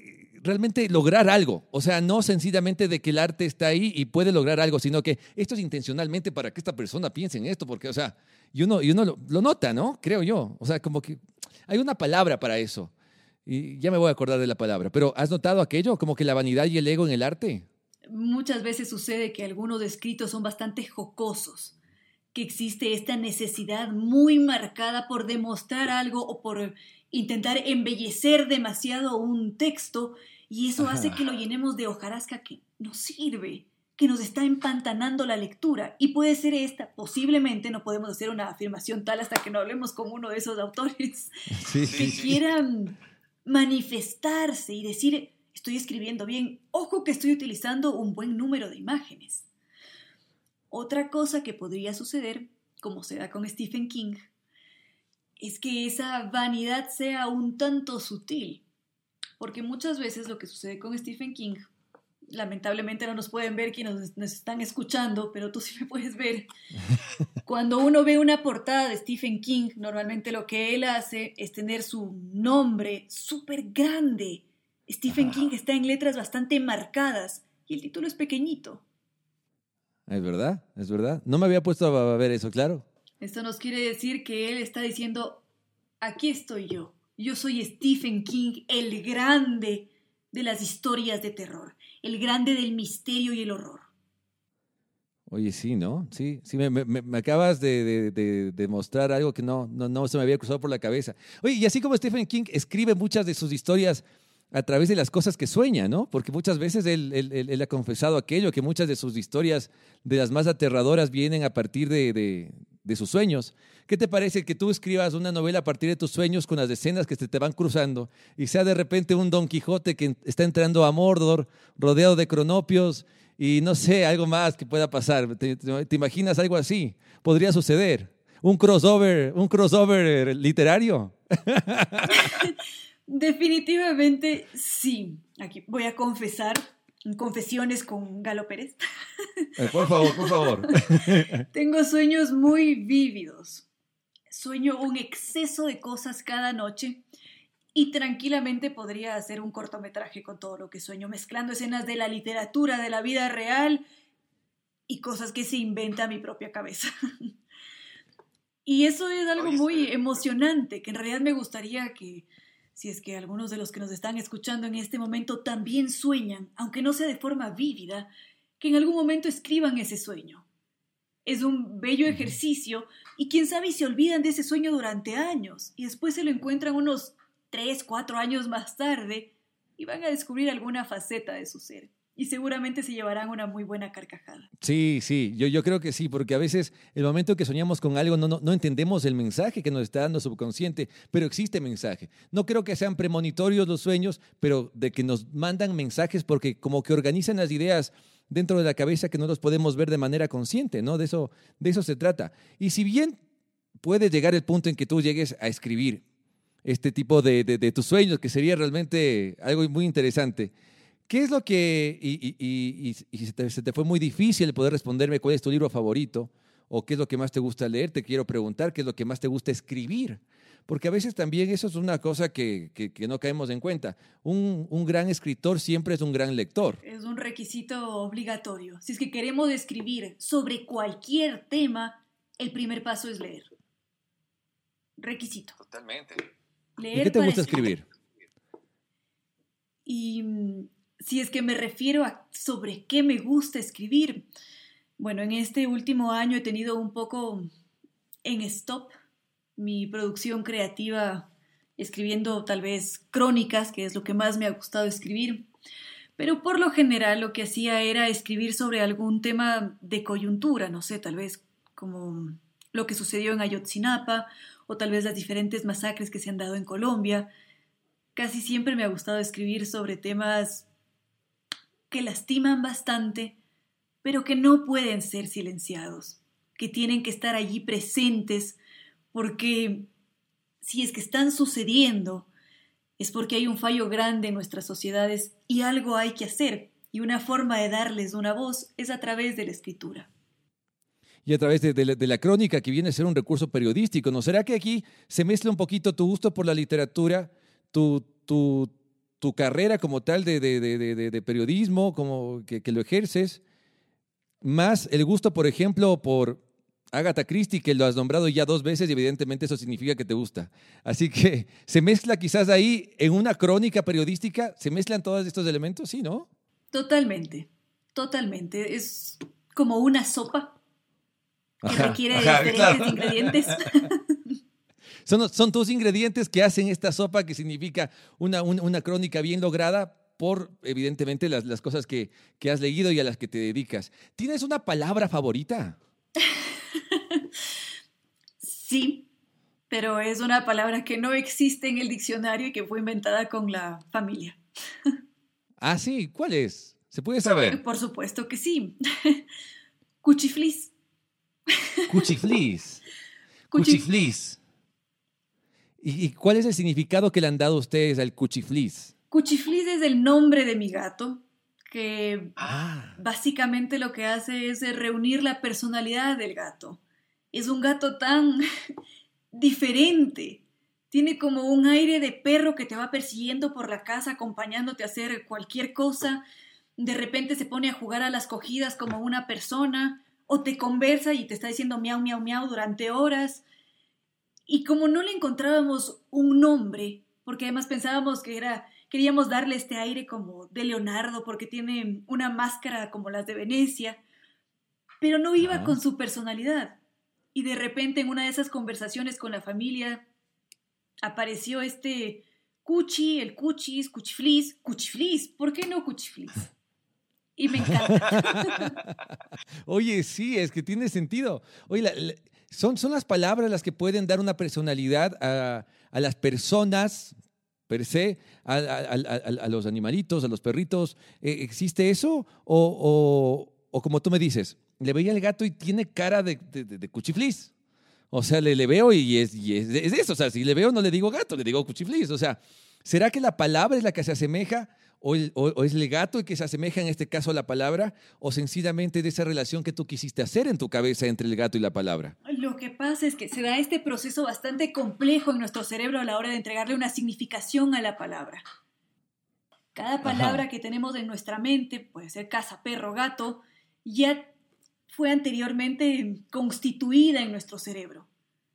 realmente lograr algo. O sea, no sencillamente de que el arte está ahí y puede lograr algo, sino que esto es intencionalmente para que esta persona piense en esto, porque, o sea, y uno, y uno lo, lo nota, ¿no? Creo yo. O sea, como que hay una palabra para eso. Y ya me voy a acordar de la palabra. Pero ¿has notado aquello? Como que la vanidad y el ego en el arte. Muchas veces sucede que algunos escritos son bastante jocosos, que existe esta necesidad muy marcada por demostrar algo o por intentar embellecer demasiado un texto, y eso Ajá. hace que lo llenemos de hojarasca que no sirve, que nos está empantanando la lectura. Y puede ser esta, posiblemente, no podemos hacer una afirmación tal hasta que no hablemos con uno de esos autores, Sí, que sí. quieran manifestarse y decir, estoy escribiendo bien, ojo que estoy utilizando un buen número de imágenes. Otra cosa que podría suceder, como se da con Stephen King, es que esa vanidad sea un tanto sutil, porque muchas veces lo que sucede con Stephen King, lamentablemente no nos pueden ver quienes nos, nos están escuchando, pero tú sí me puedes ver. Cuando uno ve una portada de Stephen King, normalmente lo que él hace es tener su nombre súper grande. Stephen Ajá. King está en letras bastante marcadas y el título es pequeñito. Es verdad, es verdad. No me había puesto a ver eso, claro. Esto nos quiere decir que él está diciendo, aquí estoy yo. Yo soy Stephen King, el grande de las historias de terror, el grande del misterio y el horror. Oye, sí, ¿no? Sí, sí, me, me, me acabas de, de, de, de mostrar algo que no, no, no se me había cruzado por la cabeza. Oye, y así como Stephen King escribe muchas de sus historias a través de las cosas que sueña, ¿no? Porque muchas veces él, él, él, él ha confesado aquello, que muchas de sus historias, de las más aterradoras, vienen a partir de, de, de sus sueños. ¿Qué te parece que tú escribas una novela a partir de tus sueños con las escenas que se te van cruzando y sea de repente un Don Quijote que está entrando a Mordor, rodeado de cronopios y no sé, algo más que pueda pasar? ¿Te, te, te imaginas algo así? ¿Podría suceder? ¿Un crossover, un crossover literario? Definitivamente sí. Aquí voy a confesar, confesiones con Galo Pérez. Eh, por favor, por favor. Tengo sueños muy vívidos. Sueño un exceso de cosas cada noche y tranquilamente podría hacer un cortometraje con todo lo que sueño, mezclando escenas de la literatura, de la vida real y cosas que se inventa mi propia cabeza. Y eso es algo muy emocionante, que en realidad me gustaría que, si es que algunos de los que nos están escuchando en este momento también sueñan, aunque no sea de forma vívida, que en algún momento escriban ese sueño. Es un bello ejercicio y quién sabe si se olvidan de ese sueño durante años y después se lo encuentran unos tres, cuatro años más tarde y van a descubrir alguna faceta de su ser. Y seguramente se llevarán una muy buena carcajada. Sí, sí, yo, yo creo que sí, porque a veces el momento que soñamos con algo no, no, no entendemos el mensaje que nos está dando subconsciente, pero existe mensaje. No creo que sean premonitorios los sueños, pero de que nos mandan mensajes porque como que organizan las ideas dentro de la cabeza que no los podemos ver de manera consciente, ¿no? De eso, de eso se trata. Y si bien puede llegar el punto en que tú llegues a escribir este tipo de, de, de tus sueños, que sería realmente algo muy interesante, ¿qué es lo que, y, y, y, y se, te, se te fue muy difícil poder responderme cuál es tu libro favorito o qué es lo que más te gusta leer? Te quiero preguntar qué es lo que más te gusta escribir, porque a veces también eso es una cosa que, que, que no caemos en cuenta. Un, un gran escritor siempre es un gran lector. Es un requisito obligatorio. Si es que queremos escribir sobre cualquier tema, el primer paso es leer. Requisito. Totalmente. Leer ¿Y qué te para gusta escribir? Y si es que me refiero a sobre qué me gusta escribir, bueno, en este último año he tenido un poco en stop mi producción creativa escribiendo tal vez crónicas, que es lo que más me ha gustado escribir, pero por lo general lo que hacía era escribir sobre algún tema de coyuntura, no sé, tal vez como lo que sucedió en Ayotzinapa o tal vez las diferentes masacres que se han dado en Colombia. Casi siempre me ha gustado escribir sobre temas que lastiman bastante, pero que no pueden ser silenciados, que tienen que estar allí presentes, porque si es que están sucediendo, es porque hay un fallo grande en nuestras sociedades y algo hay que hacer, y una forma de darles una voz es a través de la escritura. Y a través de, de, la, de la crónica, que viene a ser un recurso periodístico, ¿no será que aquí se mezcla un poquito tu gusto por la literatura, tu, tu, tu carrera como tal de, de, de, de, de periodismo, como que, que lo ejerces, más el gusto, por ejemplo, por Agatha Christie, que lo has nombrado ya dos veces y evidentemente eso significa que te gusta. Así que se mezcla quizás ahí en una crónica periodística, ¿se mezclan todos estos elementos? Sí, ¿no? Totalmente, totalmente. Es como una sopa que Ajá, requiere ajá, de claro. diferentes ingredientes. Son, son tus ingredientes que hacen esta sopa que significa una, una, una crónica bien lograda por, evidentemente, las, las cosas que, que has leído y a las que te dedicas. ¿Tienes una palabra favorita? Sí, pero es una palabra que no existe en el diccionario y que fue inventada con la familia. Ah, sí, ¿cuál es? ¿Se puede saber? Por supuesto que sí. Cuchiflis. Cuchiflis. Cuchi- Cuchiflis. ¿Y, y cuál es el significado que le han dado ustedes al cuchiflis? Cuchiflis es el nombre de mi gato, que Ah, básicamente lo que hace es reunir la personalidad del gato. Es un gato tan diferente. Tiene como un aire de perro que te va persiguiendo por la casa, acompañándote a hacer cualquier cosa. De repente se pone a jugar a las cogidas como una persona, o te conversa y te está diciendo miau, miau, miau durante horas. Y como no le encontrábamos un nombre, porque además pensábamos que era, queríamos darle este aire como de Leonardo, porque tiene una máscara como las de Venecia, pero no iba Ajá. con su personalidad. Y de repente en una de esas conversaciones con la familia apareció este Cuchi, el Cuchis, Cuchiflis, Cuchiflis, ¿por qué no Cuchiflis? Y me encanta. Oye, sí, es que tiene sentido. Oye, la- la- son, son las palabras las que pueden dar una personalidad a, a las personas per se, a, a- a- a- a los animalitos, a los perritos. Eh, ¿Existe eso? O, o- o como tú me dices, le veía al gato y tiene cara de, de, de- de cuchiflis. O sea, le, le veo y, es, y es, es eso. O sea, si le veo no le digo gato, le digo cuchiflis. O sea, ¿será que la palabra es la que se asemeja? O, el- o- o es el gato el que se asemeja en este caso a la palabra? ¿O sencillamente de esa relación que tú quisiste hacer en tu cabeza entre el gato y la palabra? Lo que pasa es que se da este proceso bastante complejo en nuestro cerebro a la hora de entregarle una significación a la palabra. Cada palabra Ajá. que tenemos en nuestra mente, puede ser casa, perro, gato, ya fue anteriormente constituida en nuestro cerebro.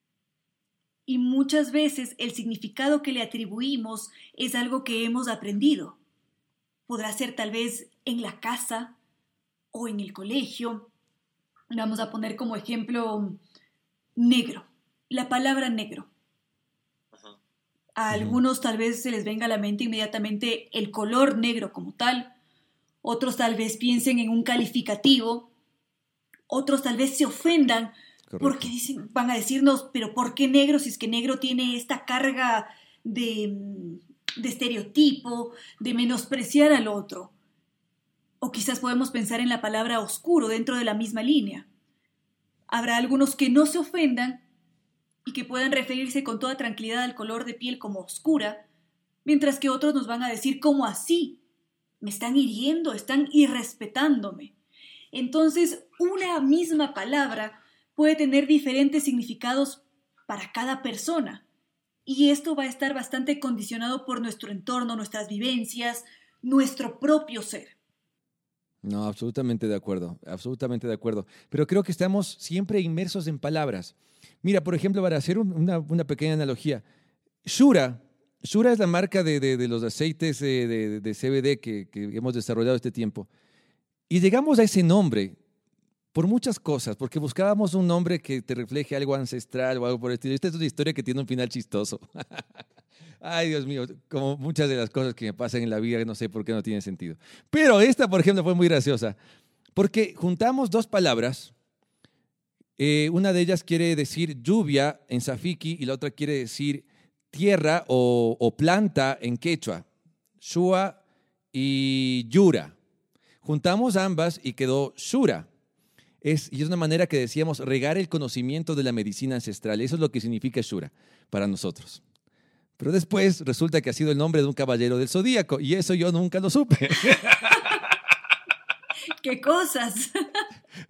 Y muchas veces el significado que le atribuimos es algo que hemos aprendido. Podrá ser tal vez en la casa o en el colegio. Vamos a poner como ejemplo negro, la palabra negro. Ajá. A algunos tal vez se les venga a la mente inmediatamente el color negro como tal, otros tal vez piensen en un calificativo, otros tal vez se ofendan Correcto. porque dicen, van a decirnos, pero ¿por qué negro si es que negro tiene esta carga de, de estereotipo, de menospreciar al otro? O quizás podemos pensar en la palabra oscuro dentro de la misma línea. Habrá algunos que no se ofendan y que puedan referirse con toda tranquilidad al color de piel como oscura, mientras que otros nos van a decir, ¿cómo así? Me están hiriendo, están irrespetándome. Entonces, una misma palabra puede tener diferentes significados para cada persona. Y esto va a estar bastante condicionado por nuestro entorno, nuestras vivencias, nuestro propio ser. No, absolutamente de acuerdo, absolutamente de acuerdo. Pero creo que estamos siempre inmersos en palabras. Mira, por ejemplo, para hacer un- una, una pequeña analogía, Shura, Shura es la marca de, de- de los aceites eh, de, de C B D que, que hemos desarrollado este tiempo. Y llegamos a ese nombre por muchas cosas, porque buscábamos un nombre que te refleje algo ancestral o algo por el estilo. Esta es una historia que tiene un final chistoso. Ay, Dios mío, como muchas de las cosas que me pasan en la vida, no sé por qué no tienen sentido. Pero esta, por ejemplo, fue muy graciosa, porque juntamos dos palabras. Eh, una de ellas quiere decir lluvia en Safiki y la otra quiere decir tierra o, o planta en quechua. Shua y Yura. Juntamos ambas y quedó Shura. Es, y es una manera que decíamos regar el conocimiento de la medicina ancestral. Eso es lo que significa Shura para nosotros. Pero después resulta que ha sido el nombre de un caballero del zodíaco y eso yo nunca lo supe. ¡Qué cosas!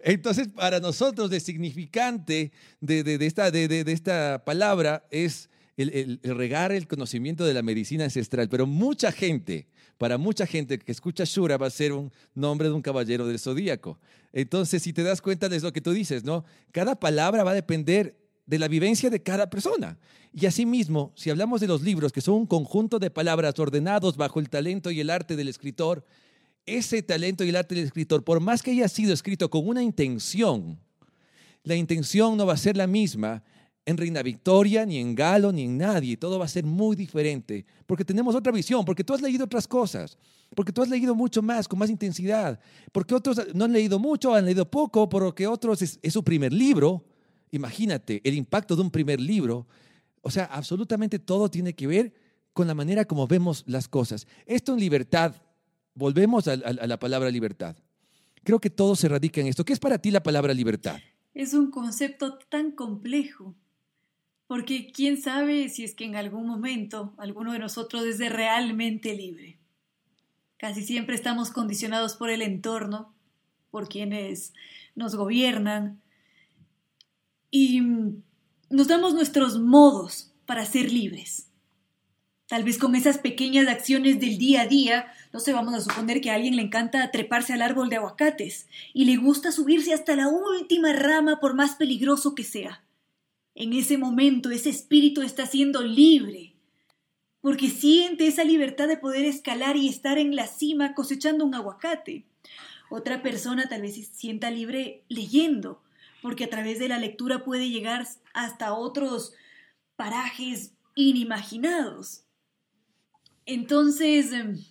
Entonces, para nosotros, el significante de, de, de esta, de, de, de esta palabra es el, el, el regar el conocimiento de la medicina ancestral, pero mucha gente, para mucha gente que escucha Shura va a ser un nombre de un caballero del zodíaco. Entonces, si te das cuenta de lo que tú dices, ¿no? Cada palabra va a depender de la vivencia de cada persona. Y asimismo, si hablamos de los libros, que son un conjunto de palabras ordenados bajo el talento y el arte del escritor, ese talento y el arte del escritor, por más que haya sido escrito con una intención, la intención no va a ser la misma en Reina Victoria, ni en Galo, ni en nadie. Todo va a ser muy diferente, porque tenemos otra visión, porque tú has leído otras cosas, porque tú has leído mucho más, con más intensidad, porque otros no han leído mucho, han leído poco, porque otros es, es su primer libro. Imagínate el impacto de un primer libro. O sea, absolutamente todo tiene que ver con la manera como vemos las cosas. Esto en libertad, volvemos a, a, a la palabra libertad. Creo que todo se radica en esto. ¿Qué es para ti la palabra libertad? Es un concepto tan complejo, porque quién sabe si es que en algún momento alguno de nosotros es de realmente libre. Casi siempre estamos condicionados por el entorno, por quienes nos gobiernan, y nos damos nuestros modos para ser libres. Tal vez con esas pequeñas acciones del día a día, no sé, vamos a suponer que a alguien le encanta treparse al árbol de aguacates y le gusta subirse hasta la última rama por más peligroso que sea. En ese momento ese espíritu está siendo libre, porque siente esa libertad de poder escalar y estar en la cima cosechando un aguacate. Otra persona tal vez se sienta libre leyendo, porque a través de la lectura puede llegar hasta otros parajes inimaginados. Entonces,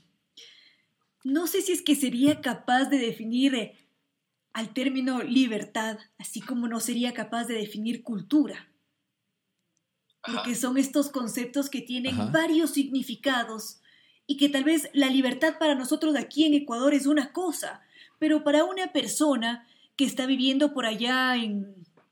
no sé si es que sería capaz de definir al término libertad, así como no sería capaz de definir cultura. Porque son estos conceptos que tienen Ajá. varios significados y que tal vez la libertad para nosotros aquí en Ecuador es una cosa, pero para una persona que está viviendo por allá en,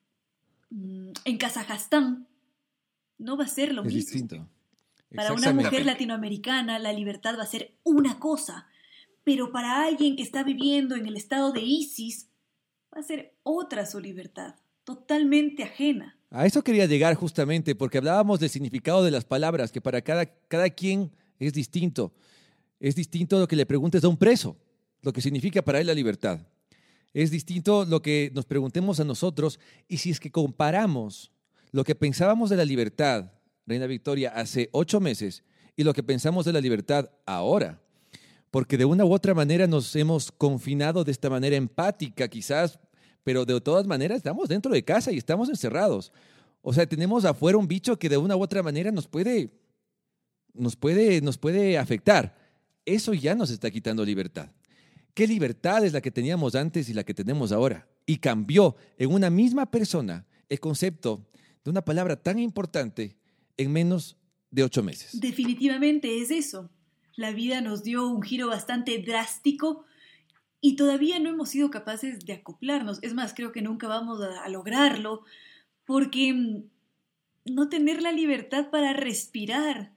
en Kazajstán, no va a ser lo es mismo. Distinto. Para una mujer latinoamericana la libertad va a ser una cosa, pero para alguien que está viviendo en el estado de ISIS va a ser otra su libertad, totalmente ajena. A eso quería llegar justamente, porque hablábamos del significado de las palabras, que para cada, cada quien es distinto. Es distinto lo que le preguntes a un preso, lo que significa para él la libertad. Es distinto lo que nos preguntemos a nosotros, y si es que comparamos lo que pensábamos de la libertad, Reina Victoria, hace ocho meses y lo que pensamos de la libertad ahora, porque de una u otra manera nos hemos confinado de esta manera empática quizás, pero de todas maneras estamos dentro de casa y estamos encerrados. O sea, tenemos afuera un bicho que de una u otra manera nos puede, nos puede, nos puede afectar. Eso ya nos está quitando libertad. ¿Qué libertad es la que teníamos antes y la que tenemos ahora? Y cambió en una misma persona el concepto de una palabra tan importante en menos de ocho meses. Definitivamente es eso. La vida nos dio un giro bastante drástico y todavía no hemos sido capaces de acoplarnos. Es más, creo que nunca vamos a, a lograrlo porque no tener la libertad para respirar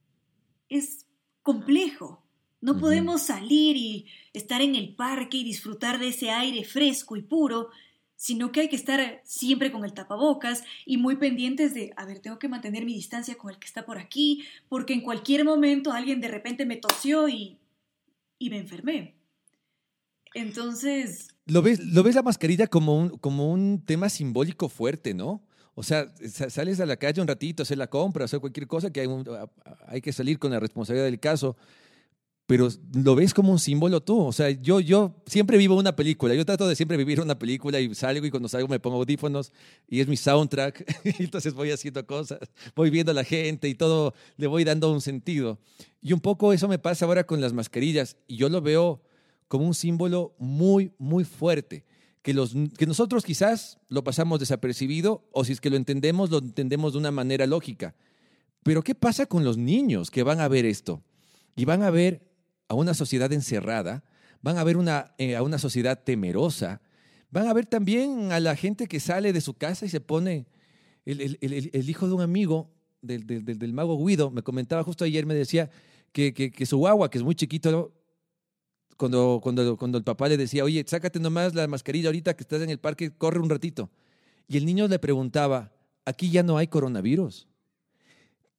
es complejo. No uh-huh. podemos salir y estar en el parque y disfrutar de ese aire fresco y puro, sino que hay que estar siempre con el tapabocas y muy pendientes de, a ver, tengo que mantener mi distancia con el que está por aquí, porque en cualquier momento alguien de repente me tosió y, y me enfermé. Entonces... ¿Lo ves, lo ves la mascarilla como un, como un tema simbólico fuerte, ¿no? O sea, sales a la calle un ratito a hacer la compra, hacer cualquier cosa, que hay, un, hay que salir con la responsabilidad del caso, pero lo ves como un símbolo tú. O sea, yo, yo siempre vivo una película. Yo trato de siempre vivir una película y salgo y cuando salgo me pongo audífonos y es mi soundtrack. Entonces voy haciendo cosas, voy viendo a la gente y todo le voy dando un sentido. Y un poco eso me pasa ahora con las mascarillas y yo lo veo como un símbolo muy, muy fuerte. Que, los, que nosotros quizás lo pasamos desapercibido o si es que lo entendemos, lo entendemos de una manera lógica. Pero ¿qué pasa con los niños que van a ver esto? Y van a ver a una sociedad encerrada, van a ver una, eh, a una sociedad temerosa, van a ver también a la gente que sale de su casa y se pone, el, el, el, el hijo de un amigo del, del, del mago Guido, me comentaba justo ayer, me decía que, que, que su guagua, que es muy chiquito, cuando, cuando, cuando el papá le decía, oye, sácate nomás la mascarilla ahorita que estás en el parque, corre un ratito. Y el niño le preguntaba, ¿aquí ya no hay coronavirus?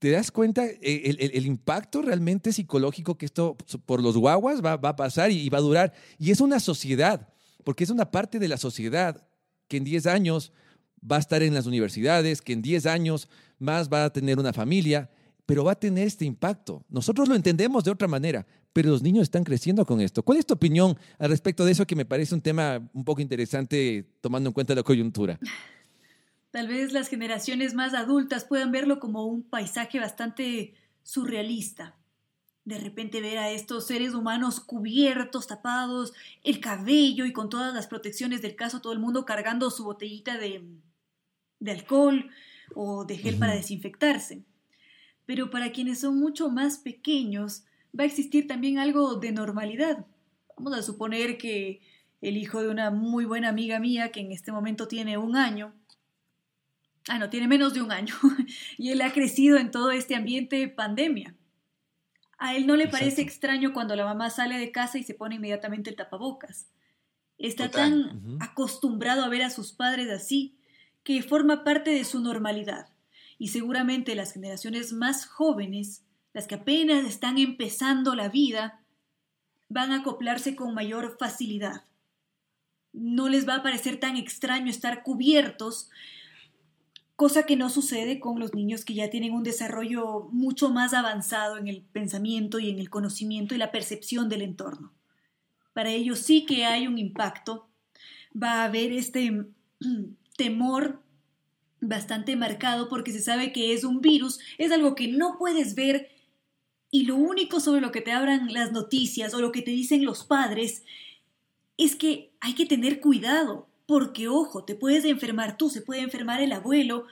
¿te das cuenta el, el, el impacto realmente psicológico que esto por los guaguas va, va a pasar y, y va a durar? Y es una sociedad, porque es una parte de la sociedad que en diez años va a estar en las universidades, que en diez años más va a tener una familia, pero va a tener este impacto. Nosotros lo entendemos de otra manera, pero los niños están creciendo con esto. ¿Cuál es tu opinión al respecto de eso, que me parece un tema un poco interesante tomando en cuenta la coyuntura? Tal vez las generaciones más adultas puedan verlo como un paisaje bastante surrealista. De repente ver a estos seres humanos cubiertos, tapados, el cabello y con todas las protecciones del caso, todo el mundo cargando su botellita de, de alcohol o de gel uh-huh. para desinfectarse. Pero para quienes son mucho más pequeños, va a existir también algo de normalidad. Vamos a suponer que el hijo de una muy buena amiga mía, que en este momento tiene un año, ah, no, tiene menos de un año, y él ha crecido en todo este ambiente pandemia. A él no le Exacto. parece extraño cuando la mamá sale de casa y se pone inmediatamente el tapabocas. Está Total. tan uh-huh. acostumbrado a ver a sus padres así, que forma parte de su normalidad. Y seguramente las generaciones más jóvenes, las que apenas están empezando la vida, van a acoplarse con mayor facilidad. No les va a parecer tan extraño estar cubiertos, cosa que no sucede con los niños que ya tienen un desarrollo mucho más avanzado en el pensamiento y en el conocimiento y la percepción del entorno. Para ellos sí que hay un impacto, va a haber este temor bastante marcado porque se sabe que es un virus, es algo que no puedes ver y lo único sobre lo que te hablan las noticias o lo que te dicen los padres es que hay que tener cuidado porque, ojo, te puedes enfermar tú, se puede enfermar el abuelo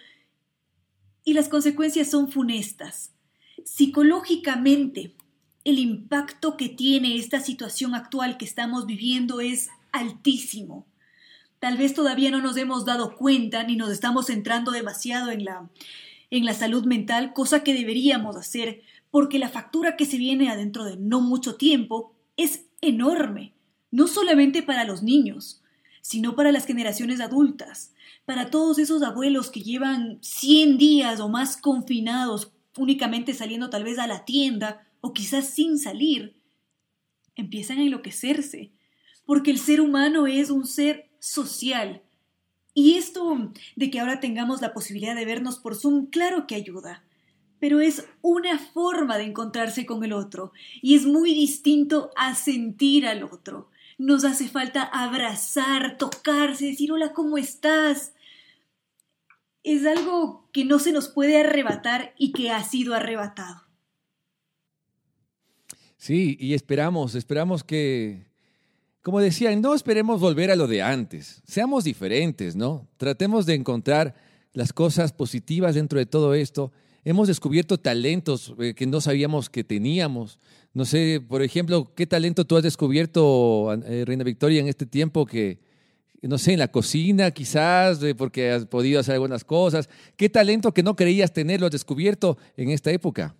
y las consecuencias son funestas. Psicológicamente, el impacto que tiene esta situación actual que estamos viviendo es altísimo. Tal vez todavía no nos hemos dado cuenta ni nos estamos centrando demasiado en la, en la salud mental, cosa que deberíamos hacer, porque la factura que se viene adentro de no mucho tiempo es enorme, no solamente para los niños, sino para las generaciones adultas, para todos esos abuelos que llevan cien días o más confinados, únicamente saliendo tal vez a la tienda o quizás sin salir, empiezan a enloquecerse, porque el ser humano es un ser social. Y esto de que ahora tengamos la posibilidad de vernos por Zoom, claro que ayuda, pero es una forma de encontrarse con el otro y es muy distinto a sentir al otro. Nos hace falta abrazar, tocarse, decir hola, ¿cómo estás? Es algo que no se nos puede arrebatar y que ha sido arrebatado. Sí, y esperamos, esperamos que, como decían, no esperemos volver a lo de antes. Seamos diferentes, ¿no? Tratemos de encontrar las cosas positivas dentro de todo esto. Hemos descubierto talentos eh, que no sabíamos que teníamos. No sé, por ejemplo, ¿qué talento tú has descubierto, eh, Reina Victoria, en este tiempo que, no sé, en la cocina quizás, eh, porque has podido hacer algunas cosas? ¿Qué talento que no creías tener lo has descubierto en esta época?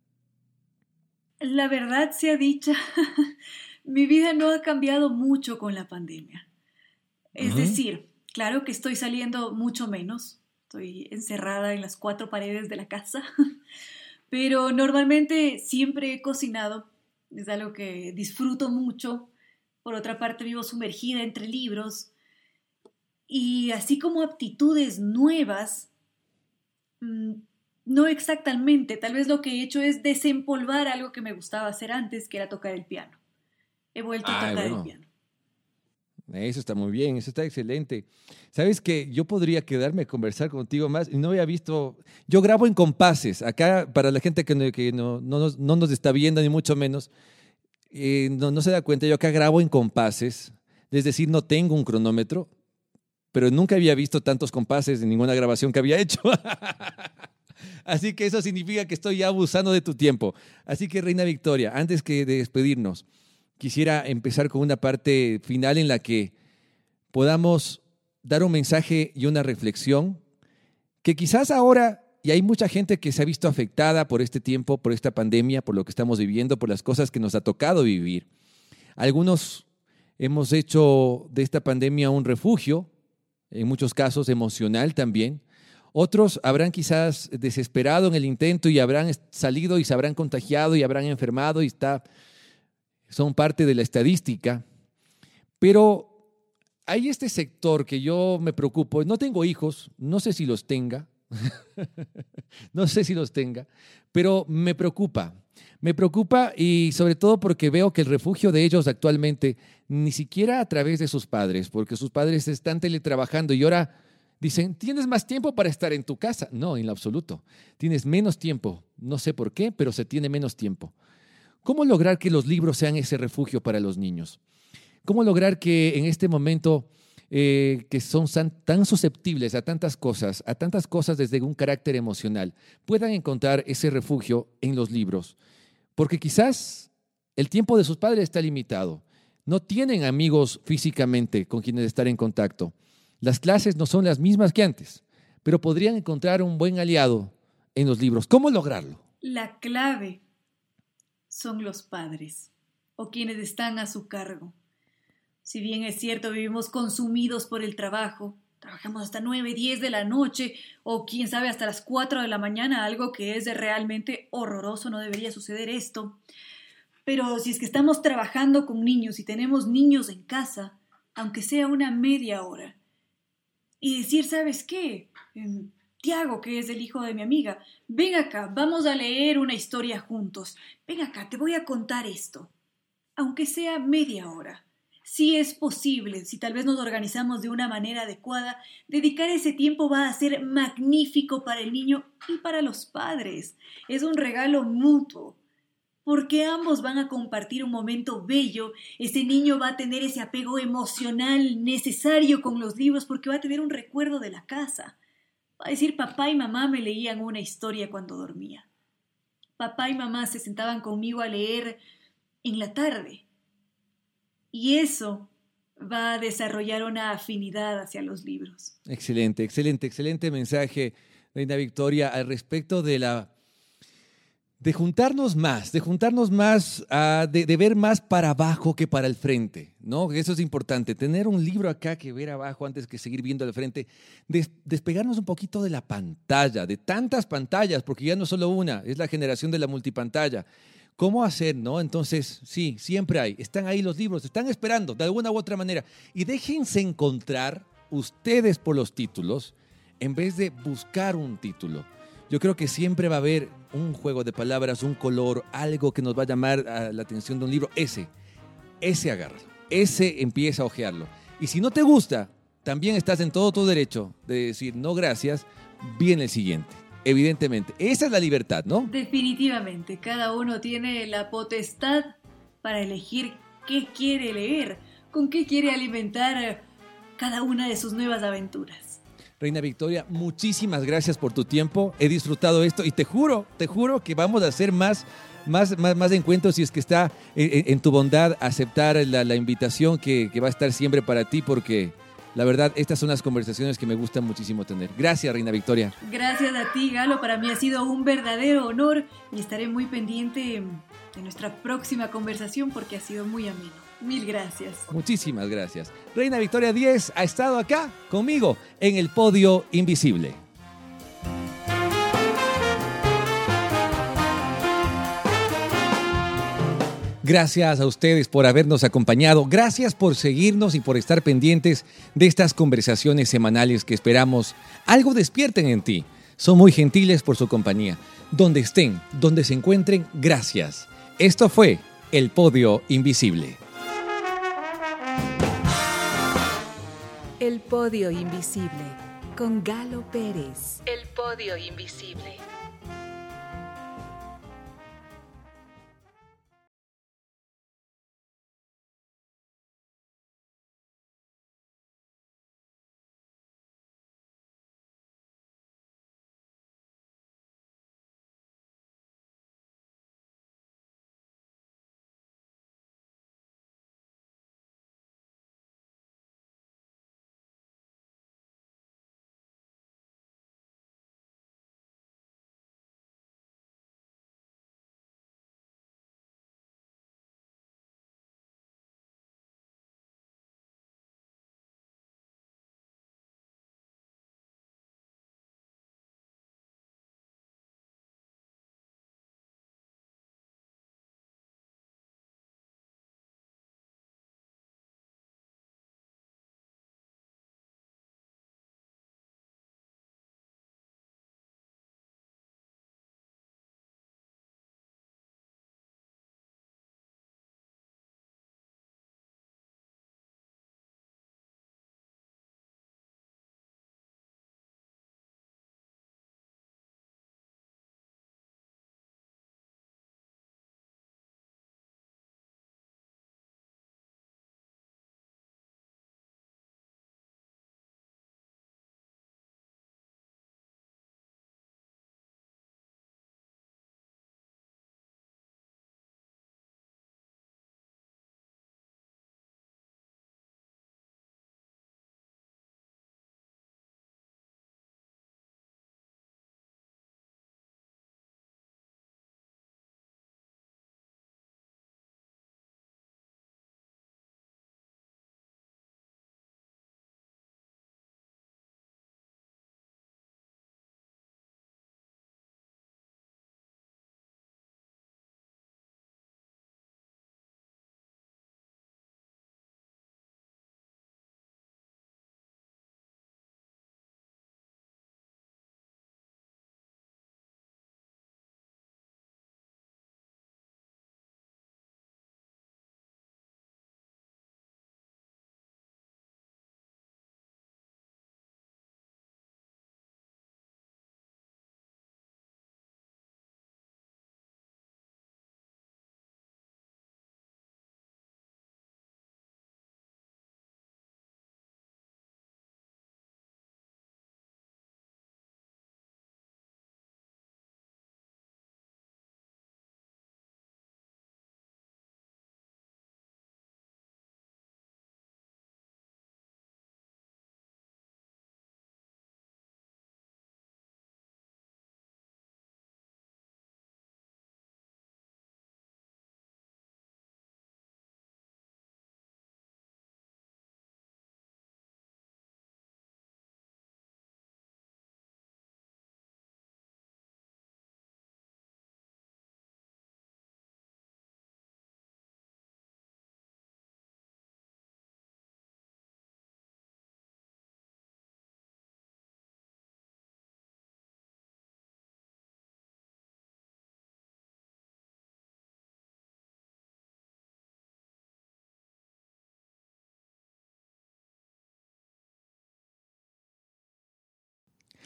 La verdad sea dicha, mi vida no ha cambiado mucho con la pandemia. Es uh-huh. decir, claro que estoy saliendo mucho menos, estoy encerrada en las cuatro paredes de la casa, pero normalmente siempre he cocinado, es algo que disfruto mucho. Por otra parte, vivo sumergida entre libros y así como aptitudes nuevas, mmm, no exactamente, tal vez lo que he hecho es desempolvar algo que me gustaba hacer antes, que era tocar el piano. He vuelto Ay, a tocar bueno. el piano. Eso está muy bien, eso está excelente. ¿Sabes qué? Yo podría quedarme a conversar contigo más y no había visto... Yo grabo en compases. Acá, para la gente que no, que no, no, nos, no nos está viendo, ni mucho menos, eh, no, no se da cuenta, yo acá grabo en compases. Es decir, no tengo un cronómetro, pero nunca había visto tantos compases en ninguna grabación que había hecho. Así que eso significa que estoy ya abusando de tu tiempo. Así que, Reina Victoria, antes que de despedirnos, quisiera empezar con una parte final en la que podamos dar un mensaje y una reflexión que quizás ahora, y hay mucha gente que se ha visto afectada por este tiempo, por esta pandemia, por lo que estamos viviendo, por las cosas que nos ha tocado vivir. Algunos hemos hecho de esta pandemia un refugio, en muchos casos emocional también. Otros habrán quizás desesperado en el intento y habrán salido y se habrán contagiado y habrán enfermado y está, son parte de la estadística. Pero hay este sector que yo me preocupo. No tengo hijos, no sé si los tenga, no sé si los tenga, pero me preocupa. Me preocupa y sobre todo porque veo que el refugio de ellos actualmente, ni siquiera a través de sus padres, porque sus padres están teletrabajando y ahora dicen, ¿tienes más tiempo para estar en tu casa? No, en lo absoluto. Tienes menos tiempo. No sé por qué, pero se tiene menos tiempo. ¿Cómo lograr que los libros sean ese refugio para los niños? ¿Cómo lograr que en este momento eh, que son tan susceptibles a tantas cosas, a tantas cosas desde un carácter emocional, puedan encontrar ese refugio en los libros? Porque quizás el tiempo de sus padres está limitado. No tienen amigos físicamente con quienes estar en contacto. Las clases no son las mismas que antes, pero podrían encontrar un buen aliado en los libros. ¿Cómo lograrlo? La clave son los padres o quienes están a su cargo. Si bien es cierto, vivimos consumidos por el trabajo, trabajamos hasta nueve, diez de la noche o quién sabe hasta las cuatro de la mañana, algo que es realmente horroroso, no debería suceder esto. Pero si es que estamos trabajando con niños y tenemos niños en casa, aunque sea una media hora, y decir, ¿sabes qué? Eh, Tiago, que es el hijo de mi amiga, ven acá, vamos a leer una historia juntos. Ven acá, te voy a contar esto. Aunque sea media hora. Si es posible, si tal vez nos organizamos de una manera adecuada, dedicar ese tiempo va a ser magnífico para el niño y para los padres. Es un regalo mutuo. Porque ambos van a compartir un momento bello, ese niño va a tener ese apego emocional necesario con los libros porque va a tener un recuerdo de la casa. Va a decir, papá y mamá me leían una historia cuando dormía. Papá y mamá se sentaban conmigo a leer en la tarde. Y eso va a desarrollar una afinidad hacia los libros. Excelente, excelente, excelente mensaje, Reina Victoria, al respecto de la de juntarnos más, de juntarnos más, uh, de, de ver más para abajo que para el frente, ¿no? Eso es importante, tener un libro acá que ver abajo antes que seguir viendo al frente, des, despegarnos un poquito de la pantalla, de tantas pantallas, porque ya no es solo una, es la generación de la multipantalla. ¿Cómo hacer, no? Entonces, sí, siempre hay, están ahí los libros, están esperando de alguna u otra manera. Y déjense encontrar ustedes por los títulos en vez de buscar un título. Yo creo que siempre va a haber un juego de palabras, un color, algo que nos va a llamar a la atención de un libro. Ese, ese agárralo, ese empieza a hojearlo. Y si no te gusta, también estás en todo tu derecho de decir no gracias, viene el siguiente. Evidentemente, esa es la libertad, ¿no? Definitivamente, cada uno tiene la potestad para elegir qué quiere leer, con qué quiere alimentar cada una de sus nuevas aventuras. Reina Victoria, muchísimas gracias por tu tiempo. He disfrutado esto y te juro, te juro que vamos a hacer más, más, más, más encuentros si es que está en, en tu bondad aceptar la, la invitación que, que va a estar siempre para ti, porque la verdad, estas son las conversaciones que me gustan muchísimo tener. Gracias, Reina Victoria. Gracias a ti, Galo. Para mí ha sido un verdadero honor y estaré muy pendiente de nuestra próxima conversación porque ha sido muy ameno. Mil gracias. Muchísimas gracias. Reina Victoria Díez ha estado acá conmigo en el Podio Invisible. Gracias a ustedes por habernos acompañado. Gracias por seguirnos y por estar pendientes de estas conversaciones semanales que esperamos algo despierten en ti. Son muy gentiles por su compañía. Donde estén, donde se encuentren, gracias. Esto fue el Podio Invisible. El Podio Invisible con Galo Pérez. El Podio Invisible.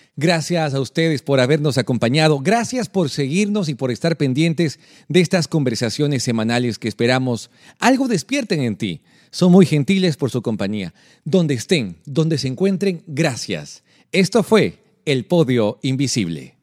Gracias a ustedes por habernos acompañado. Gracias por seguirnos y por estar pendientes de estas conversaciones semanales que esperamos algo despierten en ti. Son muy gentiles por su compañía. Donde estén, donde se encuentren, gracias. Esto fue El Podio Invisible.